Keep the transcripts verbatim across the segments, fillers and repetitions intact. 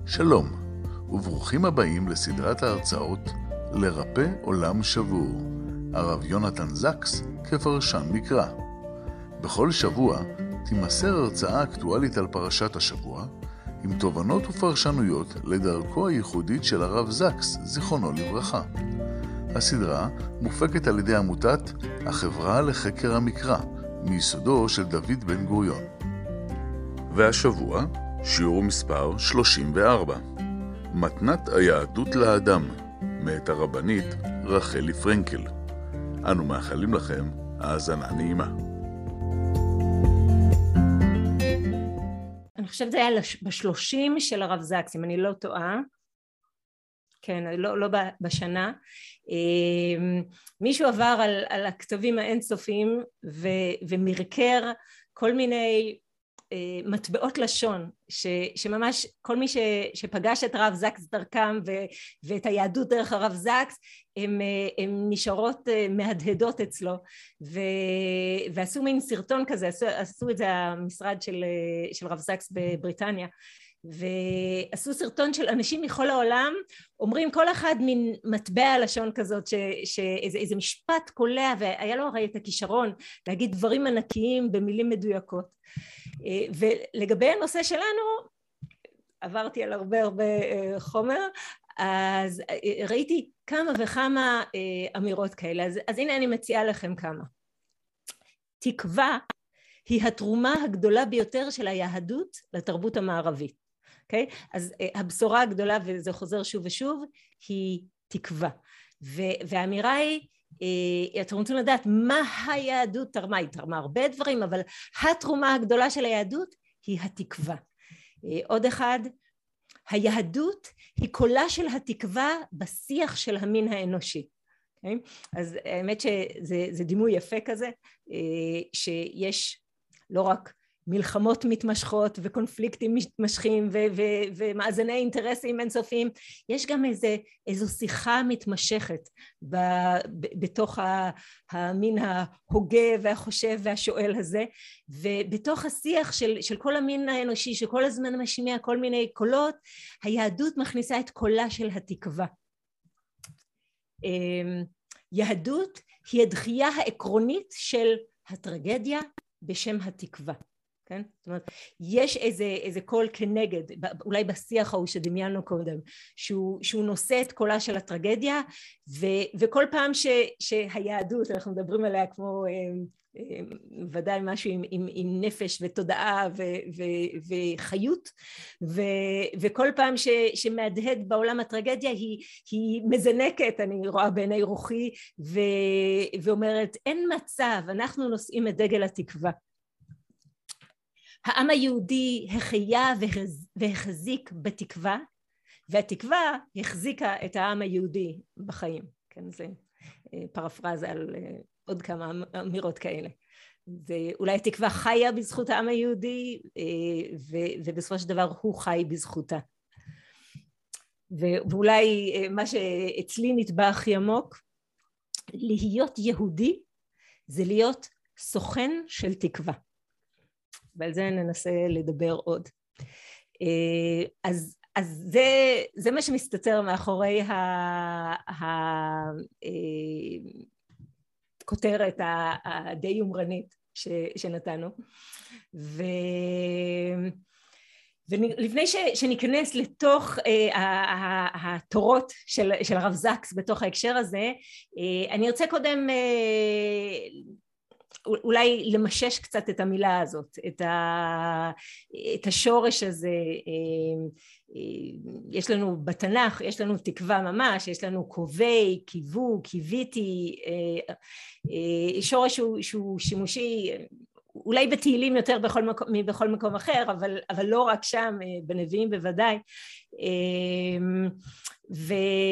שלום, וברוכים הבאים לסדרת ההרצאות לרפא עולם שבור, הרב יונתן זקס כפרשן מקרא. בכל שבוע תימסר הרצאה אקטואלית על פרשת השבוע, עם תובנות ופרשנויות לדרכו הייחודית של הרב זקס, זיכרונו לברכה. הסדרה מופקת על ידי עמותת החברה לחקר המקרא, מיסודו של דוד בן גוריון. והשבוע, שיעור מספר שלושים וארבע, מתנת היהדות לאדם, מאת הרבנית רחלי פרנקל. אנו מאחלים לכם האזנה נעימה. אני חושבת זה היה בשלושים של הרב זקס, אם אני לא טועה, כן, לא, לא בשנה. מישהו עבר על, על הכתבים האינסופיים ו, ומרקר כל מיני מטבעות לשון, ש, שממש כל מי ש, שפגש את הרב זקס דרכם ו, ואת היהדות דרך הרב זקס, הם, הם נשארות מהדהדות אצלו, ו, ועשו מין סרטון כזה, עשו, עשו את זה המשרד של, של רב זקס בבריטניה, ועשו סרטון של אנשים מכל העולם, אומרים כל אחד מין מטבע לשון כזאת, שאיזה איזה משפט קולע, והיה לו הרי את הכישרון להגיד דברים ענקיים במילים מדויקות. ולגבי הנושא שלנו, עברתי על הרבה הרבה חומר, אז ראיתי כמה וכמה אמירות כאלה, אז, אז הנה אני מציעה לכם כמה. תקווה היא התרומה הגדולה ביותר של היהדות לתרבות המערבית. Okay? אז uh, הבשורה הגדולה, וזה חוזר שוב ושוב, היא תקווה. ו- והאמירה היא, uh, אתם רוצים לדעת מה היהדות תרמה, היא תרמה הרבה דברים, אבל התרומה הגדולה של היהדות היא התקווה. Uh, עוד אחד, היהדות היא קולה של התקווה בשיח של המין האנושי. Okay? אז האמת שזה זה דימוי יפה כזה, uh, שיש לא רק מלחמות מתמשכות וקונפליקטים מתמשכים ו- ו- ומאזני אינטרסים אינסופיים, יש גם איזה, איזו שיחה מתמשכת ב- ב- בתוך ה- המין ההוגה והחושב והשואל הזה, ובתוך השיח של, של כל המין האנושי שכל הזמן משמיע כל מיני קולות, היהדות מכניסה את קולה של התקווה. יהדות היא הדחייה העקרונית של הטרגדיה בשם התקווה. כן? זאת אומרת, יש איזה, איזה קול כנגד, אולי בשיח ההוא שדמיינו קודם, שהוא, שהוא נושא את קולה של הטרגדיה, ו, וכל פעם ש, שהיהדות, אנחנו מדברים עליה כמו ודאי משהו עם, עם, עם נפש ותודעה ו, ו, וחיות, ו, וכל פעם ש, שמהדהד בעולם הטרגדיה היא, היא מזנקת, אני רואה בעיני רוחי, ו, ואומרת, אין מצב, אנחנו נושאים את דגל התקווה. העם היהודי החיה והחזיק בתקווה, והתקווה החזיקה את העם היהודי בחיים. כן, זה פרפרזה על עוד כמה אמירות כאלה. ואולי התקווה חיה בזכות העם היהודי, ובסופו של דבר הוא חי בזכותה. ואולי מה שאצלי נטבע הכי עמוק, להיות יהודי זה להיות סוכן של תקווה. ועל זה ננסה לדבר עוד. אז, אז זה, זה מה שמסתתר מאחורי הכותרת הדי יומרנית שנתנו. ו... ולפני שניכנס לתוך התורות של, של הרב זקס בתוך ההקשר הזה, אני ארצה קודם אולי למשש קצת את המילה הזאת, את, ה, את השורש הזה. יש לנו בתנ"ך, יש לנו תקווה ממש, יש לנו קווי, קיוו, קיוויתי, שורש שהוא, שהוא שימושי, אולי בתהילים יותר בכל מקום, מבכל מקום אחר, אבל, אבל לא רק שם, בנביאים בוודאי. ו...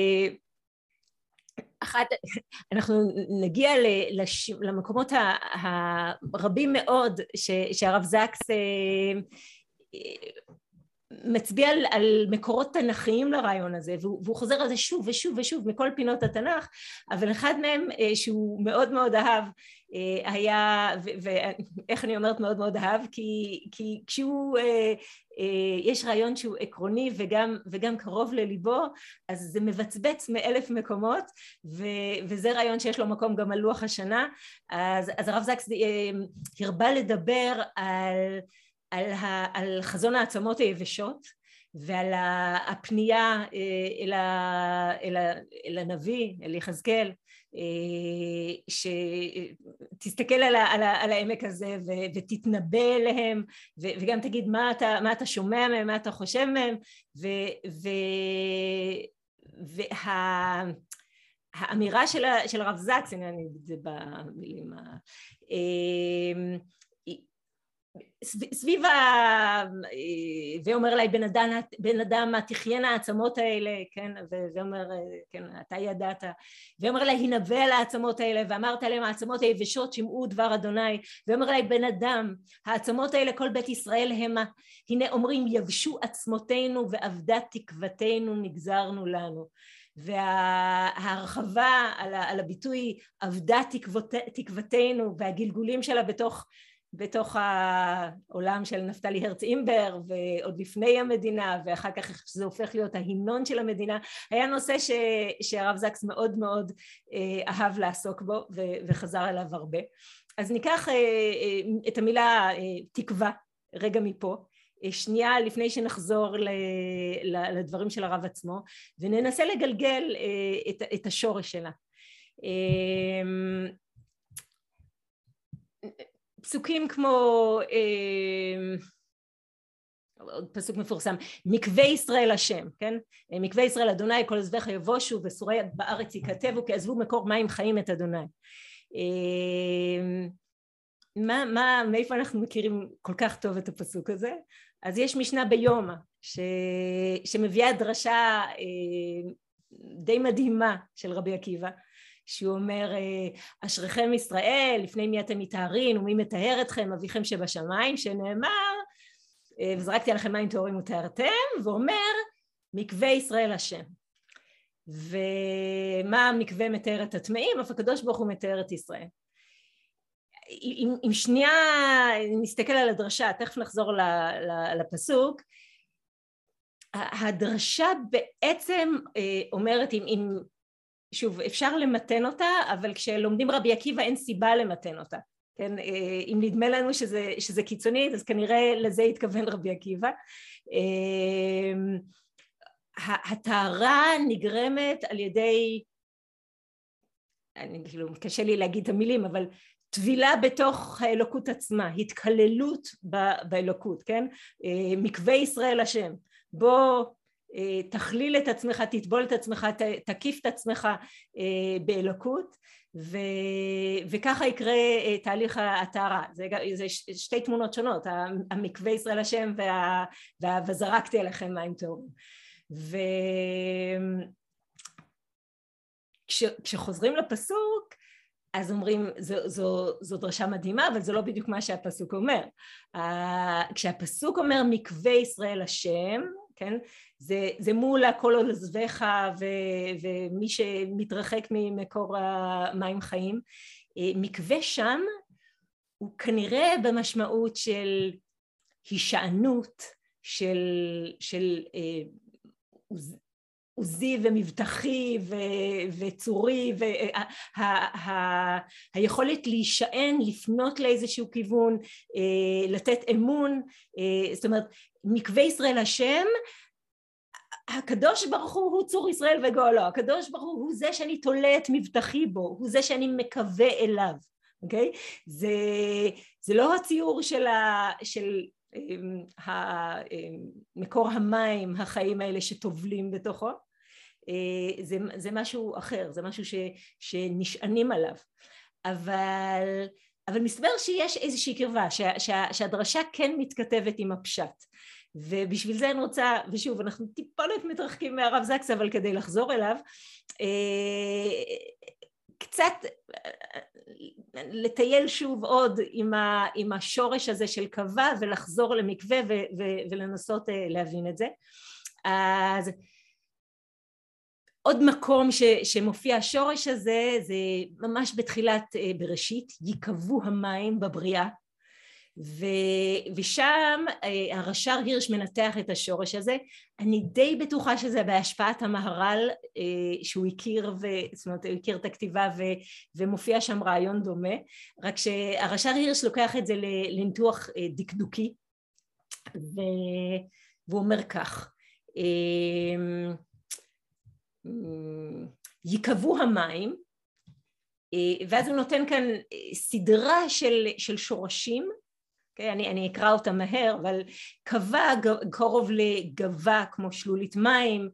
אחת, אנחנו נגיע לש, למקומות הרבים מאוד ש, שהרב זקס מצביע על, על מקורות תנכיים לרעיון הזה, והוא, והוא חוזר על זה שוב ושוב ושוב מכל פינות התנ"ך, אבל אחד מהם שהוא מאוד מאוד אהב היה, ואיך אני אומרת מאוד מאוד אהב, כי, כי כשהוא, יש רעיון שהוא עקרוני וגם, וגם קרוב לליבו, אז זה מבצבץ מאלף מקומות, ו, וזה רעיון שיש לו מקום גם על לוח השנה. אז, אז הרב זקס הרבה לדבר על על, ה, על חזון העצמות היבשות ועל הפנייה אל, ה, אל, ה, אל הנביא, אל יחזקאל, שתסתכל על, ה, על, ה, על העמק הזה ו, ותתנבא אליהם ו, וגם תגיד מה אתה, מה אתה שומע מהם, מה אתה חושב מהם, ו, ו, וה, האמירה של, של הרב זקס, אני אגיד את זה במילים, סביב ה... ואומר לי בן אדם, בן אדם מה תחיינה העצמות האלה, כן, ואומר, כן, אתה ידעת, ואומר לי הנבא על העצמות האלה, ואמרת להם העצמות היבשות שמעו דבר אדוני, ואומר לי בן אדם, העצמות האלה כל בית ישראל המה, הנה אומרים יבשו עצמותינו ואבדה תקוותנו נגזרנו לנו. וההרחבה על הביטוי אבדה תקוותנו והגלגולים שלה בתוך בתוך העולם של נפתלי הרץ אימבר ועוד לפני המדינה, ואחר כך זה הופך להיות ההמנון של המדינה, היה נושא ש, שהרב זקס מאוד מאוד אהב לעסוק בו וחזר אליו הרבה. אז ניקח את המילה תקווה רגע מפה, שנייה לפני שנחזור לדברים של הרב עצמו, וננסה לגלגל את, את השורש שלה. פסוקים כמו, עוד פסוק מפורסם, מקווה ישראל השם, כן? מקווה ישראל אדוני כל עזבך יבושו וסורי בארץ יכתבו כי עזבו מקור מים חיים את אדוני. מה, מה, מאיפה אנחנו מכירים כל כך טוב את הפסוק הזה? אז יש משנה ביומא ש, שמביאה דרשה די מדהימה של רבי עקיבא, שהוא אומר אשריכם ישראל לפני מי אתם מתארים ומי מטהר אתכם אביכם שבשמיים, שנאמר וזרקתי עליכם מים טהורים וטהרתם, ואומר מקווה ישראל השם. ומה מקווה מתאר את הטמאים? אף הקדוש ברוך הוא מתאר את ישראל. אם, אם שנייה נסתכל על הדרשה, תכף נחזור לפסוק, הדרשה בעצם אומרת אם, אם שוב, אפשר למתן אותה, אבל כשלומדים רבי עקיבא אין סיבה למתן אותה. כן, אם נדמה לנו שזה, שזה קיצוני, אז כנראה לזה התכוון רבי עקיבא. הטהרה נגרמת על ידי, אני כאילו, קשה לי להגיד את המילים, אבל טבילה בתוך האלוקות עצמה, התקללות באלוקות, כן? מקווה ישראל השם, בוא תכליל את עצמך, תטבול את עצמך, תקיף את עצמך באלוקות, ו... וככה יקרה תהליך הטהרה. זה, זה שתי תמונות שונות, המקווה ישראל השם וה... וה... וזרקתי עליכם מים טהורים. ו... כש... כשחוזרים לפסוק, אז אומרים, זו, זו, זו דרשה מדהימה, אבל זה לא בדיוק מה שהפסוק אומר. כשהפסוק אומר מקווה ישראל השם, כן? זה, זה מול הכל עוזבך ומי שמתרחק ממקור המים חיים. מקווה שם הוא כנראה במשמעות של הישענות, של, של עוזי ומבטחי וצורי, והיכולת להישען, לפנות לאיזשהו כיוון, לתת אמון. זאת אומרת, מקווה ישראל השם, הקדוש ברוך הוא הוא צור ישראל וגואלו, הקדוש ברוך הוא הוא זה שאני תולה את מבטחי בו, הוא זה שאני מקווה אליו, אוקיי? זה, זה לא הציור של, ה, של מקור המים החיים האלה שטובלים בתוכו, זה, זה משהו אחר, זה משהו ש, שנשענים עליו, אבל, אבל מסתבר שיש איזושהי קרבה, שה, שה, שהדרשה כן מתכתבת עם הפשט, ובשביל זה אני רוצה, ושוב אנחנו טיפונת מתרחקים מהרב זקס, אבל כדי לחזור אליו, קצת לטייל שוב עוד עם, ה, עם השורש הזה של קווה ולחזור למקווה ו, ו, ולנסות להבין את זה. אז עוד מקום ש, שמופיע השורש הזה זה ממש בתחילת בראשית, ייקבו המים בבריאה, ו, ושם הרש"ר הירש מנתח את השורש הזה. אני די בטוחה שזה בהשפעת המהר"ל שהוא הכיר, ו, זאת אומרת הוא הכיר את הכתיבה ו, ומופיע שם רעיון דומה, רק שהרש"ר הירש לוקח את זה לניתוח דקדוקי, ו, והוא אומר כך, ייקבו המים, ואז הוא נותן כאן סדרה של, של שורשים, okay, אני, אני אקרא אותה מהר, אבל קווה קרוב לגבה כמו שלולית מים,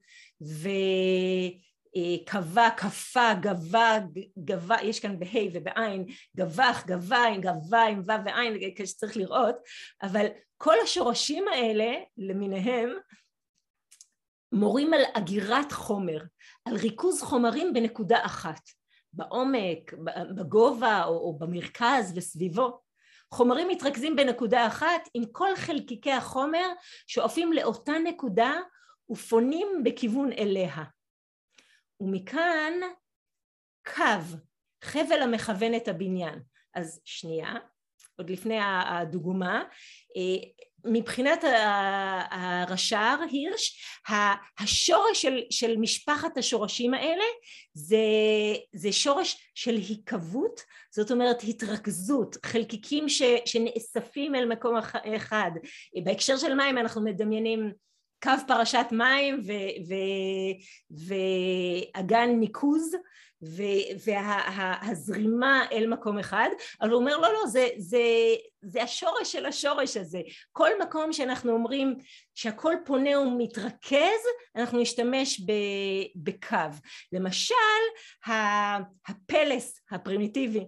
וקווה, קפה, גבה, גבה, יש כאן בה' ובעין, גבח, גביים, גביים, ו' ועין, כשצריך לראות, אבל כל השורשים האלה למיניהם, מורים על אגירת חומר, על ריכוז חומרים בנקודה אחת, בעומק, בגובה או, או במרכז וסביבו. חומרים מתרכזים בנקודה אחת עם כל חלקיקי החומר שואפים לאותה נקודה ופונים בכיוון אליה. ומכאן קו, חבל המכוון את הבניין. אז שנייה, עוד לפני הדוגמה, מבחינת הרש"ר הירש, השורש של, של משפחת השורשים האלה זה, זה שורש של היקבות, זאת אומרת התרכזות, חלקיקים ש, שנאספים אל מקום אחד. בהקשר של מים אנחנו מדמיינים קו פרשת מים ו, ו, ואגן ניקוז, והזרימה אל מקום אחד, אבל הוא אומר לא לא זה, זה, זה השורש של השורש הזה. כל מקום שאנחנו אומרים שהכל פונה ומתרכז, אנחנו נשתמש בקו. למשל הפלס הפרימיטיבי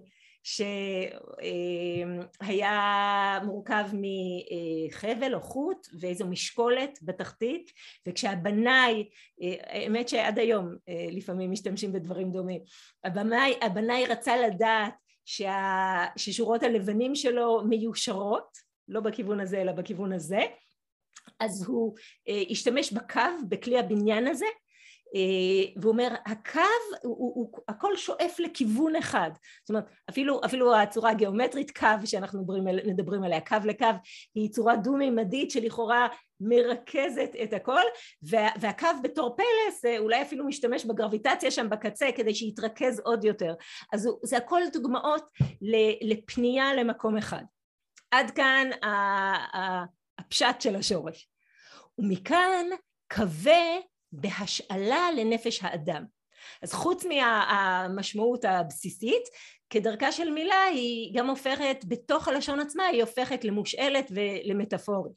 שהיה מורכב מחבל או חוט ואיזו משקולת בתחתית, וכשהבנאי, האמת שעד היום לפעמים משתמשים בדברים דומים, הבנאי, הבנאי רצה לדעת שה, ששורות הלבנים שלו מיושרות, לא בכיוון הזה אלא בכיוון הזה, אז הוא השתמש בקו, בכלי הבניין הזה, והוא אומר הקו הוא, הוא, הוא הכל שואף לכיוון אחד, זאת אומרת אפילו אפילו הצורה הגיאומטרית קו שאנחנו מדברים, מדברים עליה, קו לקו, היא צורה דו-מימדית שלכאורה מרכזת את הכל, וה, והקו בתור פלס אולי אפילו משתמש בגרביטציה שם בקצה כדי שיתרכז עוד יותר. אז זה הכל דוגמאות לפנייה למקום אחד. עד כאן הפשט של השורש. ומכאן קווה בהשאלה לנפש האדם. אז חוץ מהמשמעות הבסיסית, כדרכה של מילה היא גם הופכת, בתוך הלשון עצמה היא הופכת למושאלת ולמטאפורית.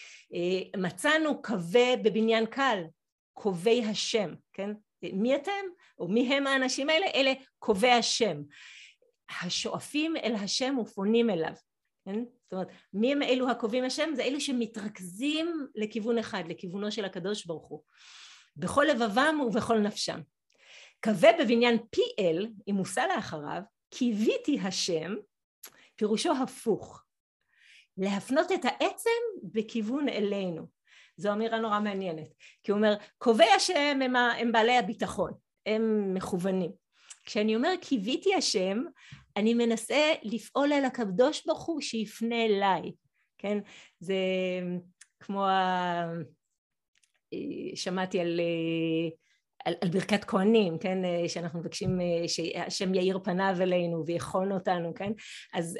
מצאנו קווה בבניין קל, קובעי השם, כן? מי אתם? או מי הם האנשים האלה? אלה קובעי השם. השואפים אל השם ופונים אליו. כן? זאת אומרת, מי הם אלו הקובעים השם? זה אלו שמתרכזים לכיוון אחד, לכיוונו של הקדוש ברוך הוא. בכל לבבם ובכל נפשם. קווה בבניין פי אל, אם מושא לאחריו, קיוויתי השם, פירושו הפוך. להפנות את העצם בכיוון אלינו. זו אמירה נורא מעניינת. כי הוא אומר, קובעי השם הם, הם בעלי הביטחון, הם מכוונים. כשאני אומר קיוויתי השם, אני מנסה לפעול אל הקדוש ברוך הוא שיפנה אליי. כן? זה כמו ה... שמעתי על, על, על ברכת כהנים, כן? שאנחנו מבקשים שהשם יאיר פניו אלינו ויכון אותנו, כן? אז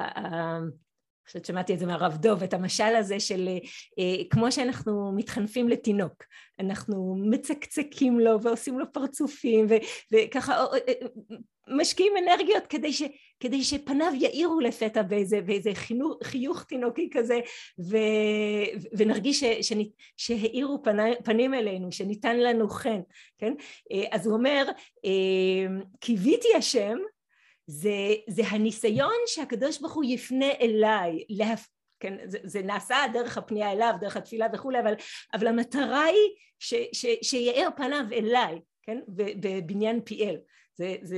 אני חושבת שמעתי את זה מהרב דוב, את המשל הזה של כמו שאנחנו מתחנפים לתינוק, אנחנו מצקצקים לו ועושים לו פרצופים ו, וככה משקיעים אנרגיות כדי, ש, כדי שפניו יאירו לפתע באיזה, באיזה חיוך, חיוך תינוקי כזה ו, ונרגיש ש, ש, שהאירו פני, פנים אלינו, שניתן לנו חן, כן? אז הוא אומר, קיוויתי השם, זה, זה הניסיון שהקדוש ברוך הוא יפנה אליי, להפ... כן, זה, זה נעשה דרך הפנייה אליו, דרך התפילה וכולי, אבל, אבל המטרה היא ש, ש, שיאר פניו אליי, כן, בבניין פי אל. זה, זה,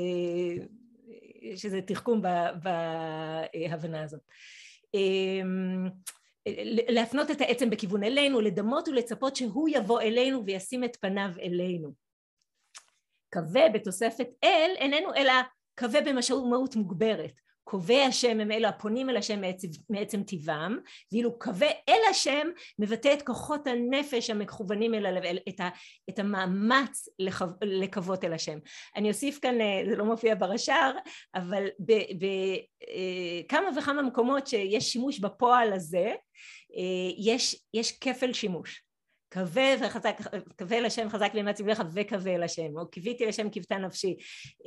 שזה תחכום בהבנה הזאת. להפנות את העצם בכיוון אלינו, לדמות ולצפות שהוא יבוא אלינו וישים את פניו אלינו. קווה בתוספת אל איננו אלא קווה במשמעות מוגברת. קווי השם הם אלו הפונים אל השם מעצם, מעצם טבעם, ואילו קווי אל השם מבטא את כוחות הנפש המכוונים אליו, את, ה, את המאמץ לחו, לקוות אל השם. אני אוסיף כאן, זה לא מופיע ברש"ר, אבל בכמה וכמה מקומות שיש שימוש בפועל הזה, יש, יש כפל שימוש. קווה וחזק, קווה אל השם חזק ואמץ לבך וקווה אל השם, או קיוויתי לשם קיוותה נפשי,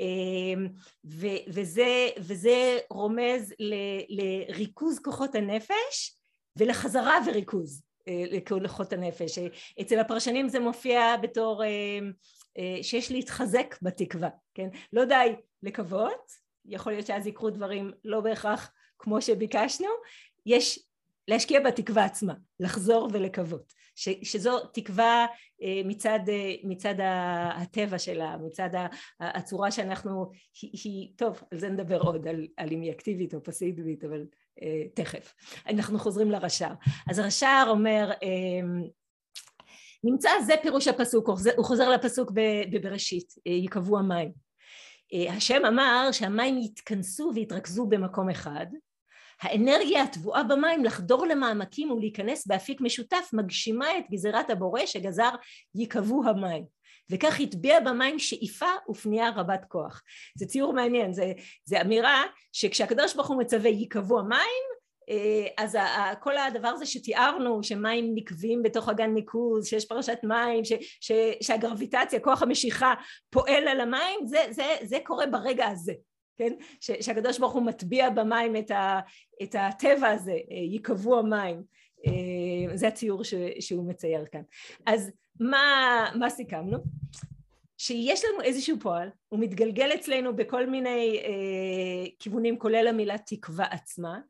ו, וזה, וזה רומז ל, לריכוז כוחות הנפש ולחזרה וריכוז לכוחות הנפש. אצל הפרשנים זה מופיע בתור שיש להתחזק בתקווה, כן? לא די לקוות, יכול להיות שאז יקרו דברים לא בהכרח כמו שביקשנו, יש להשקיע בתקווה עצמה, לחזור ולקוות, ש, שזו תקווה מצד, מצד הטבע שלה, מצד הצורה שאנחנו, היא, היא, טוב, על זה נדבר עוד, על, על אם היא אקטיבית או פסיבית, אבל אה, תכף. אנחנו חוזרים לרש"ר. אז הרש"ר אומר, אה, נמצא זה פירוש הפסוק, הוא חוזר לפסוק בבראשית, יקבעו המים. אה, השם אמר שהמים יתכנסו ויתרכזו במקום אחד, האנרגיה הטבועה במים לחדור למעמקים ולהיכנס באפיק משותף מגשימה את גזירת הבורא שגזר יקבעו המים, וכך יטביע במים שאיפה ופנייה רבת כוח. זה ציור מעניין, זה, זה אמירה שכשהקדוש ברוך הוא מצווה יקבעו המים, אז כל הדבר הזה שתיארנו, שמים נקבים בתוך אגן ניקוז, שיש פרשת מים, ש, ש, שהגרביטציה, כוח המשיכה פועל על המים, זה, זה, זה קורה ברגע הזה. כן? שהקדוש ברוך הוא מטביע במים את, ה, את הטבע הזה, יקבעו המים, זה הציור ש, שהוא מצייר כאן. אז מה, מה סיכמנו? שיש לנו איזשהו פועל, הוא מתגלגל אצלנו בכל מיני אה, כיוונים, כולל המילה תקווה עצמה,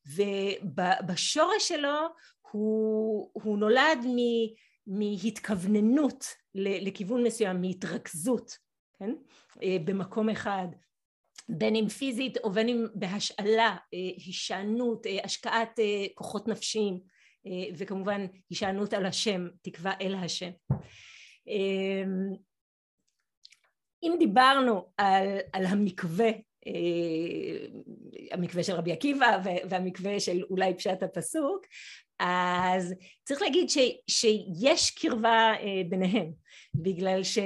ובשורש שלו הוא, הוא נולד מ, מהתכווננות לכיוון מסוים, מהתרכזות, כן? אה, במקום אחד, בין אם פיזית או בין אם בהשאלה, הישענות, השקעת כוחות נפשיים, וכמובן הישענות על השם, תקווה אל השם. אם דיברנו על, על המקווה, המקווה של רבי עקיבא והמקווה של אולי פשט הפסוק, אז צריך להגיד ש, שיש קרבה ביניהם, בגלל ש...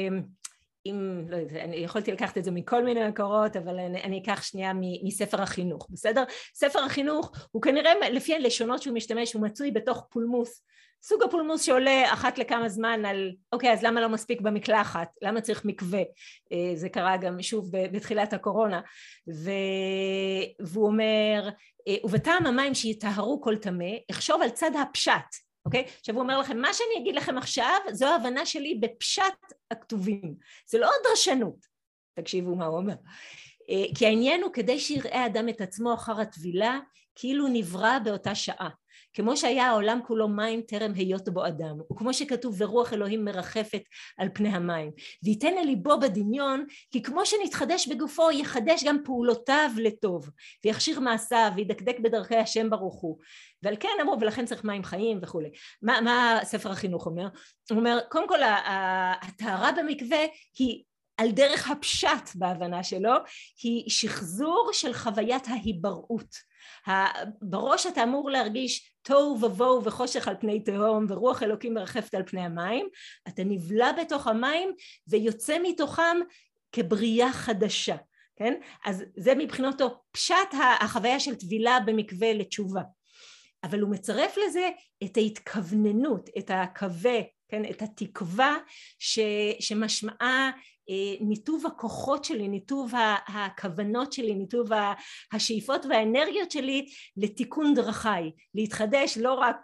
אם, לא יודע, אני יכולתי לקחת את זה מכל מיני מקורות, אבל אני, אני אקח שנייה מספר החינוך, בסדר? ספר החינוך הוא כנראה, לפי הלשונות שהוא משתמש, הוא מצוי בתוך פולמוס, סוג הפולמוס שעולה אחת לכמה זמן על, אוקיי, אז למה לא מספיק במקלחת? למה צריך מקווה? זה קרה גם שוב בתחילת הקורונה, ו... והוא אומר, ובטעם המים שיטהרו כל טמא, אחשוב על צד הפשט, אוקיי? עכשיו הוא אומר לכם, מה שאני אגיד לכם עכשיו, זו ההבנה שלי בפשט הכתובים. זה לא דרשנות. תקשיבו מה הוא אומר. כי העניין הוא כדי שיראה אדם את עצמו אחר הטבילה, כאילו נברא באותה שעה. כמו שהיה העולם כולו מים טרם היות בו אדם, וכמו שכתוב ורוח אלוהים מרחפת על פני המים. וייתן לליבו בדמיון, כי כמו שנתחדש בגופו, יחדש גם פעולותיו לטוב, ויכשיר מעשיו, וידקדק בדרכי השם ברוך הוא. ועל כן אמרו, ולכן צריך מים חיים וכו'. מה, מה ספר החינוך אומר? הוא אומר, קודם כל, הטהרה במקווה היא על דרך הפשט בהבנה שלו, היא שחזור של חוויית ההיבראות. בראש אתה אמור להרגיש תוהו ובוהו וחושך על פני תהום ורוח אלוקים מרחפת על פני המים, אתה נבלע בתוך המים ויוצא מתוכם כבריאה חדשה, כן? אז זה מבחינתו פשט החוויה של טבילה במקווה לתשובה, אבל הוא מצרף לזה את ההתכווננות, את הקווה, כן? את התקווה ש, שמשמעה ניתוב הכוחות שלי, ניתוב הכוונות שלי, ניתוב השאיפות והאנרגיות שלי לתיקון דרכיי, להתחדש לא רק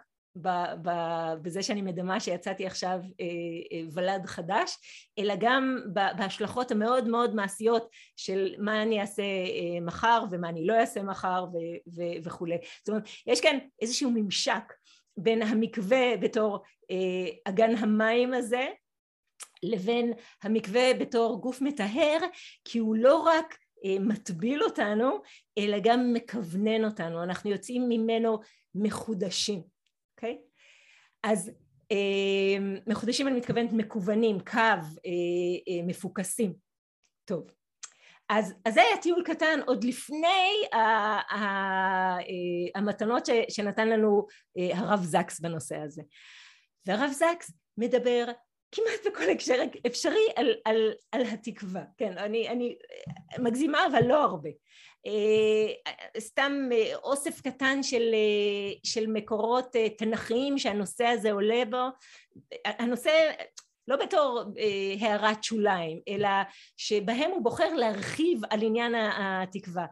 בזה שאני מדמה שיצאתי עכשיו ולד חדש, אלא גם בהשלכות המאוד מאוד מעשיות של מה אני אעשה מחר ומה אני לא אעשה מחר וכו'. זאת אומרת, יש כאן איזשהו ממשק בין המקווה בתור אגן המים הזה, לבין המקווה בתור גוף מטהר, כי הוא לא רק מטביל אותנו, אלא גם מכוונן אותנו, אנחנו יוצאים ממנו מחודשים, אוקיי? אז מחודשים אני מתכוונת מקוונים, קו, מפוקסים. טוב, אז, אז זה היה טיול קטן עוד לפני המתנות שנתן לנו הרב זקס בנושא הזה. והרב זקס מדבר כמעט בכל הקשר אפשרי על, על, על התקווה, כן, אני, אני מגזימה אבל לא הרבה. סתם אוסף קטן של, של מקורות תנכיים שהנושא הזה עולה בו, הנושא לא בתור הערת שוליים, אלא שבהם הוא בוחר להרחיב על עניין התקווה.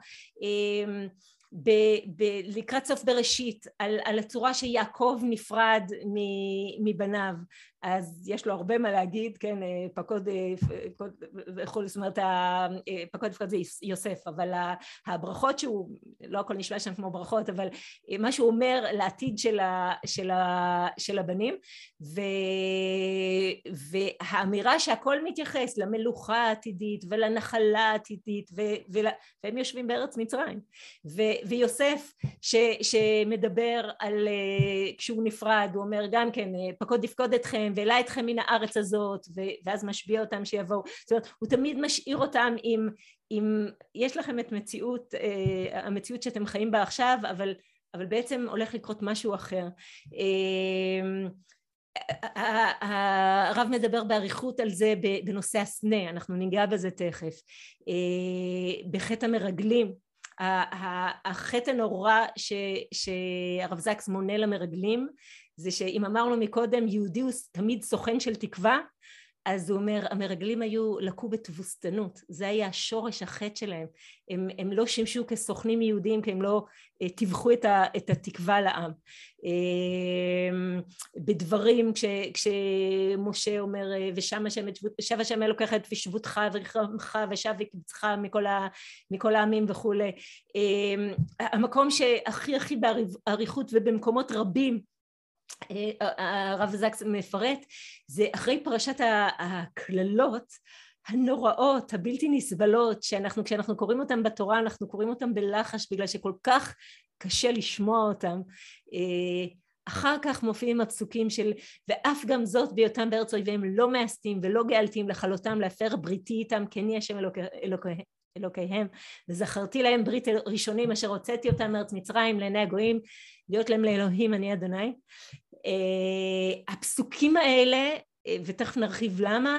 ב- ב- לקראת סוף בראשית, על, על הצורה שיעקב נפרד מבניו, אז יש לו הרבה מה להגיד, כן, פקוד, פקוד, זאת אומרת, פקוד פקוד זה יוסף, אבל הברכות שהוא, לא הכל נשמע שם כמו ברכות, אבל מה שהוא אומר לעתיד של, ה, של, ה, של הבנים, ו, והאמירה שהכל מתייחס למלוכה העתידית ולנחלה העתידית, ו, והם יושבים בארץ מצרים, ו, ויוסף ש, שמדבר על, כשהוא נפרד, הוא אומר גם כן, פקוד יפקוד אתכם, ואלה אתכם מן הארץ הזאת, ואז משביע אותם שיבואו, זאת אומרת, הוא תמיד משאיר אותם עם, עם יש לכם את מציאות, המציאות שאתם חיים בה עכשיו, אבל, אבל בעצם הולך לקרות משהו אחר. הרב מדבר בעריכות על זה בנושא הסנה, אנחנו ניגע בזה תכף, בחטא המרגלים, החטא הנורא שהרב זקס מונה למרגלים, זה שאם אמרנו מקודם יהודי הוא תמיד סוכן של תקווה, אז הוא אומר המרגלים היו לקו בתבוסתנות, זה היה השורש החטא שלהם, הם, הם לא שימשו כסוכנים יהודים כי הם לא תיווכו את, ה, את התקווה לעם. בדברים כש, כשמשה אומר ושם השם, שב השם אלוקיך את ושבותך ורחמך ושב וקבצך מכל, ה, מכל העמים וכולי. המקום שהכי הכי בעריכות ובמקומות רבים הרב זקס מפרט, זה אחרי פרשת הכללות הנוראות, הבלתי נסבלות, שאנחנו, כשאנחנו קוראים אותם בתורה, אנחנו קוראים אותם בלחש, בגלל שכל כך קשה לשמוע אותם. אחר כך מופיעים הפסוקים של, ואף גם זאת בהיותם בארץ אויביהם לא מאסתים ולא גאלתים לכלותם להפר בריתי איתם, כי אני השם אלוקי, אלוקי, אלוקיהם, וזכרתי להם ברית ראשונים אשר הוצאתי אותם מארץ מצרים לעיני הגויים, להיות להם לאלוהים אני אדוני. Uh, הפסוקים האלה, uh, ותכף נרחיב למה,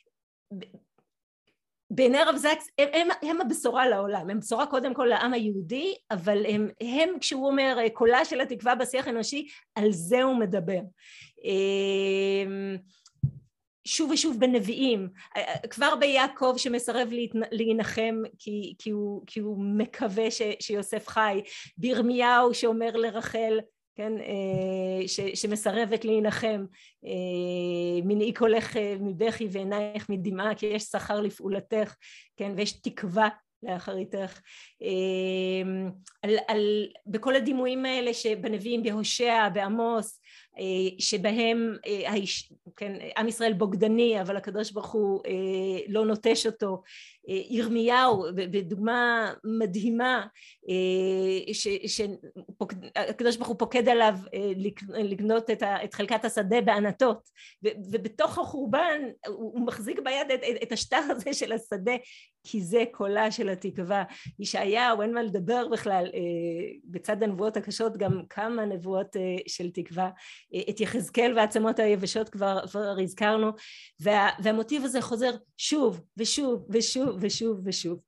בעיני הרב זקס הם, הם, הם הבשורה לעולם, הם בשורה קודם כל לעם היהודי, אבל הם, הם כשהוא אומר קולה של התקווה בשיח האנושי, על זה הוא מדבר. Uh, שוב ושוב בנביאים, כבר ביעקב שמסרב להינחם כי, כי, הוא, כי הוא מקווה ש, שיוסף חי, בירמיהו שאומר לרחל, כן, ש, שמסרבת להינחם, מנעי קולך מבכי ועינייך מדמעה כי יש שכר לפעולתך, כן, ויש תקווה לאחריתך. על, על, בכל הדימויים האלה שבנביאים בהושע, בעמוס, שבהם כן, עם ישראל בוגדני אבל הקדוש ברוך הוא לא נוטש אותו, ירמיהו בדוגמה מדהימה שהקדוש ברוך הוא פוקד עליו לקנות את חלקת השדה בענתות, ובתוך החורבן הוא מחזיק ביד את השטר הזה של השדה, כי זה קולה של התקווה. ישעיהו, אין מה לדבר בכלל, בצד הנבואות הקשות גם כמה נבואות של תקווה, את יחזקאל והעצמות היבשות כבר, כבר הזכרנו, וה, והמוטיב הזה חוזר שוב ושוב ושוב ושוב ושוב.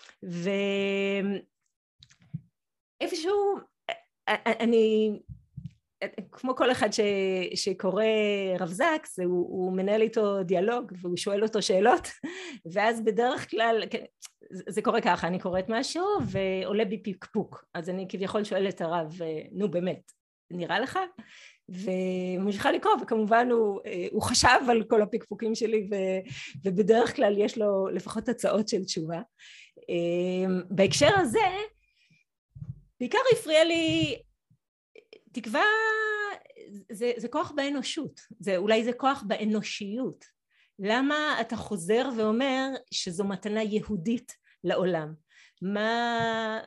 ואיפשהו אני, כמו כל אחד ש, שקורא רב זקס, הוא, הוא מנהל איתו דיאלוג והוא שואל אותו שאלות, ואז בדרך כלל זה קורה ככה, אני קוראת משהו ועולה בי פקפוק, אז אני כביכול שואלת הרב, נו באמת, נראה לך? וממשיכה לקרוא, וכמובן הוא, הוא חשב על כל הפקפוקים שלי, ו, ובדרך כלל יש לו לפחות הצעות של תשובה. בהקשר הזה, בעיקר הפריע לי, תקווה זה, זה כוח באנושות, זה, אולי זה כוח באנושיות, למה אתה חוזר ואומר שזו מתנה יהודית לעולם? מה...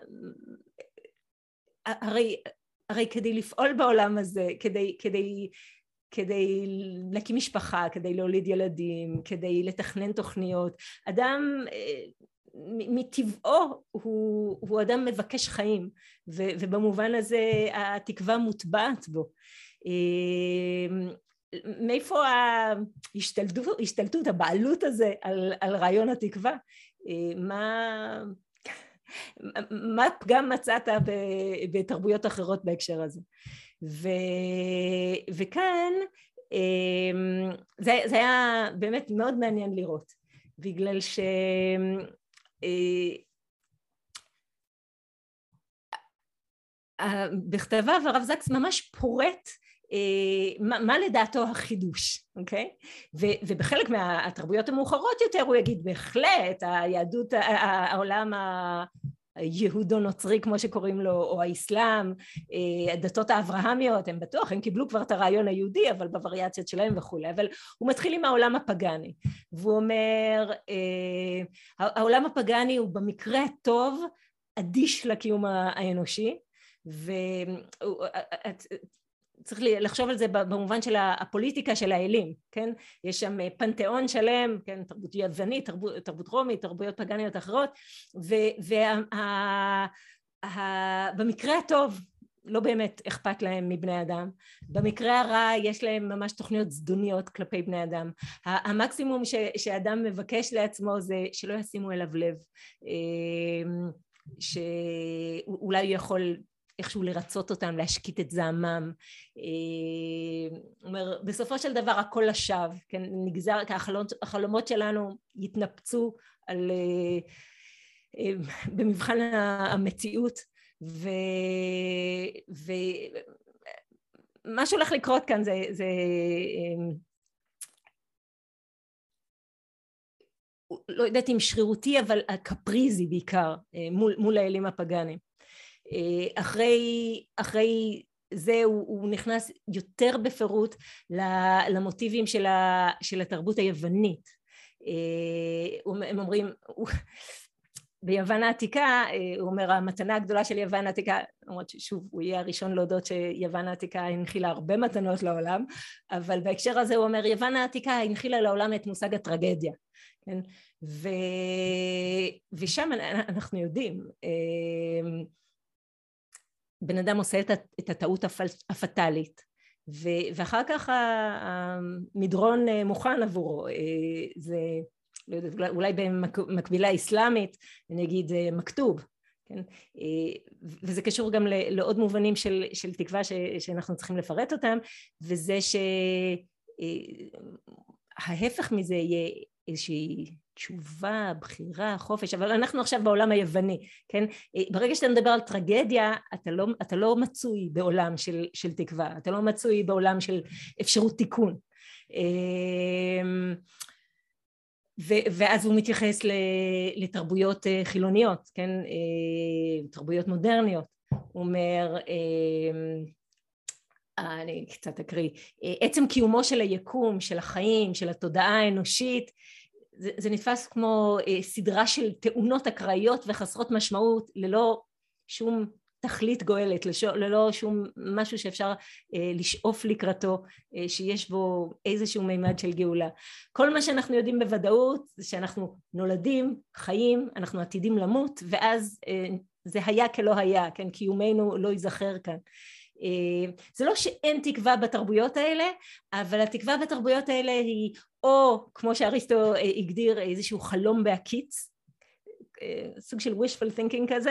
הרי, הרי כדי לפעול בעולם הזה, כדי, כדי, כדי להקים משפחה, כדי להוליד ילדים, כדי לתכנן תוכניות, אדם מטבעו הוא, הוא אדם מבקש חיים, ו, ובמובן הזה התקווה מוטבעת בו. מאיפה ההשתלטות, השתלטות, הבעלות הזה על, על רעיון התקווה? מה, מה פגם מצאת בתרבויות אחרות בהקשר הזה? ו, וכאן זה, זה היה באמת מאוד מעניין לראות, בגלל ש... בכתביו הרב זקס ממש פורט מה, מה לדעתו החידוש, אוקיי? ו- ובחלק מהתרבויות המאוחרות יותר הוא יגיד בהחלט היהדות, העולם היהודו-נוצרי כמו שקוראים לו, או האסלאם, הדתות האברהמיות, הם בטוח, הם קיבלו כבר את הרעיון היהודי, אבל בווריאציות שלהם וכולי, אבל הוא מתחיל עם העולם הפגני, והוא אומר, העולם הפגני הוא במקרה הטוב אדיש לקיום האנושי, ו... צריך לחשוב על זה במובן של הפוליטיקה של האלים, כן? יש שם פנתיאון שלם, כן? תרבות יוונית, תרבות, תרבות רומית, תרבויות פגניות אחרות, ובמקרה הטוב לא באמת אכפת להם מבני אדם, במקרה הרע יש להם ממש תוכניות זדוניות כלפי בני אדם, המקסימום ש, שאדם מבקש לעצמו זה שלא ישימו אליו לב, שאולי הוא יכול איכשהו לרצות אותם, להשקיט את זעמם, אומר, בסופו של דבר הכל לשווא, כן, נגזר, החלומות, החלומות שלנו יתנפצו על, במבחן המציאות, ו, ומה שהולך לקרות כאן זה, זה לא יודעת אם שרירותי, אבל הקפריזי בעיקר, מול, מול האלים הפגנים. אחרי, אחרי זה הוא, הוא נכנס יותר בפירוט למוטיבים של, ה, של התרבות היוונית. הם אומרים, ביוון העתיקה, הוא אומר, המתנה הגדולה של יוון העתיקה, למרות ששוב, הוא יהיה הראשון להודות שיוון העתיקה הנחילה הרבה מתנות לעולם, אבל בהקשר הזה הוא אומר, יוון העתיקה הנחילה לעולם את מושג הטרגדיה. כן? ו, ושם אנחנו יודעים, בן אדם עושה את הטעות הפטלית, ואחר כך המדרון מוכן עבורו, זה לא יודעת, אולי במקבילה אסלאמית, נגיד מכתוב, כן? וזה קשור גם לעוד מובנים של, של תקווה ש, שאנחנו צריכים לפרט אותם, וזה שההפך מזה יהיה איזושהי תשובה, בחירה, חופש, אבל אנחנו עכשיו בעולם היווני, כן? ברגע שאתה מדבר על טרגדיה, אתה לא, אתה לא מצוי בעולם של, של תקווה, אתה לא מצוי בעולם של אפשרות תיקון. ואז הוא מתייחס לתרבויות חילוניות, כן? תרבויות מודרניות. הוא אומר, אני קצת אקריא, עצם קיומו של היקום, של החיים, של התודעה האנושית, זה, זה נתפס כמו סדרה של תאונות אקראיות וחסרות משמעות, ללא שום תכלית גואלת, ללא שום משהו שאפשר לשאוף לקראתו, שיש בו איזשהו מימד של גאולה. כל מה שאנחנו יודעים בוודאות זה שאנחנו נולדים, חיים, אנחנו עתידים למות, ואז זה היה כלא היה, כן? קיומנו לא ייזכר כאן. זה לא שאין תקווה בתרבויות האלה, אבל התקווה בתרבויות האלה היא או כמו שאריסטו הגדיר איזשהו חלום בהקיץ, סוג של wishful thinking כזה,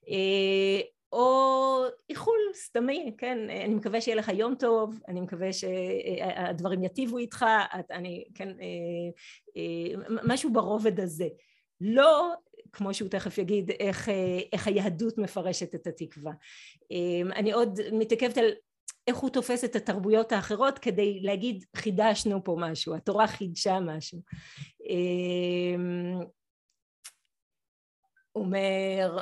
או איחול סתמי, כן, אני מקווה שיהיה לך יום טוב, אני מקווה שהדברים יטיבו איתך, אני, כן, משהו ברובד הזה. לא, כמו שהוא תכף יגיד, איך, איך היהדות מפרשת את התקווה. אני עוד מתעכבת על איך הוא תופס את התרבויות האחרות כדי להגיד חידשנו פה משהו, התורה חידשה משהו. אומר,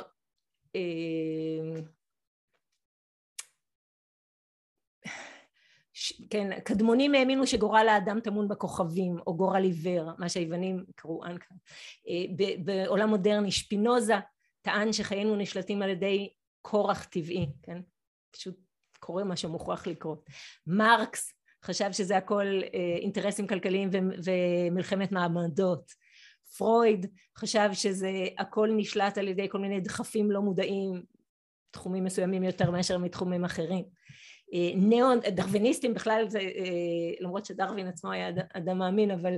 כן, קדמונים האמינו שגורל האדם טמון בכוכבים, או גורל עיוור, מה שהיוונים קראו אנקה. בעולם מודרני, שפינוזה טען שחיינו נשלטים על ידי כורח טבעי, כן? פשוט קורה מה שמוכרח לקרות. מרקס חשב שזה הכל אינטרסים כלכליים ומלחמת מעמדות. פרויד חשב שזה הכל נשלט על ידי כל מיני דחפים לא מודעים, תחומים מסוימים יותר מאשר מתחומים אחרים. ניאון, דרוויניסטים בכלל, זה, למרות שדרווין עצמו היה אדם מאמין, אבל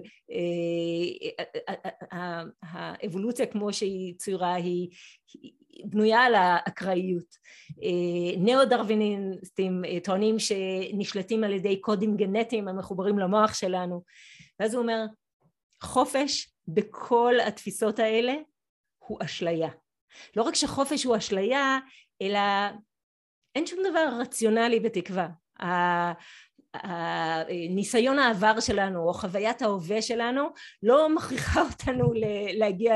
האבולוציה כמו שהיא צורה היא בנויה על האקראיות. ניאו-דרוויניסטים טוענים שנשלטים על ידי קודים גנטיים המחוברים למוח שלנו, ואז הוא אומר, חופש בכל התפיסות האלה הוא אשליה. לא רק שחופש הוא אשליה, אלא אין שום דבר רציונלי בתקווה. הניסיון העבר שלנו או חוויית ההווה שלנו לא מכריחה אותנו להגיע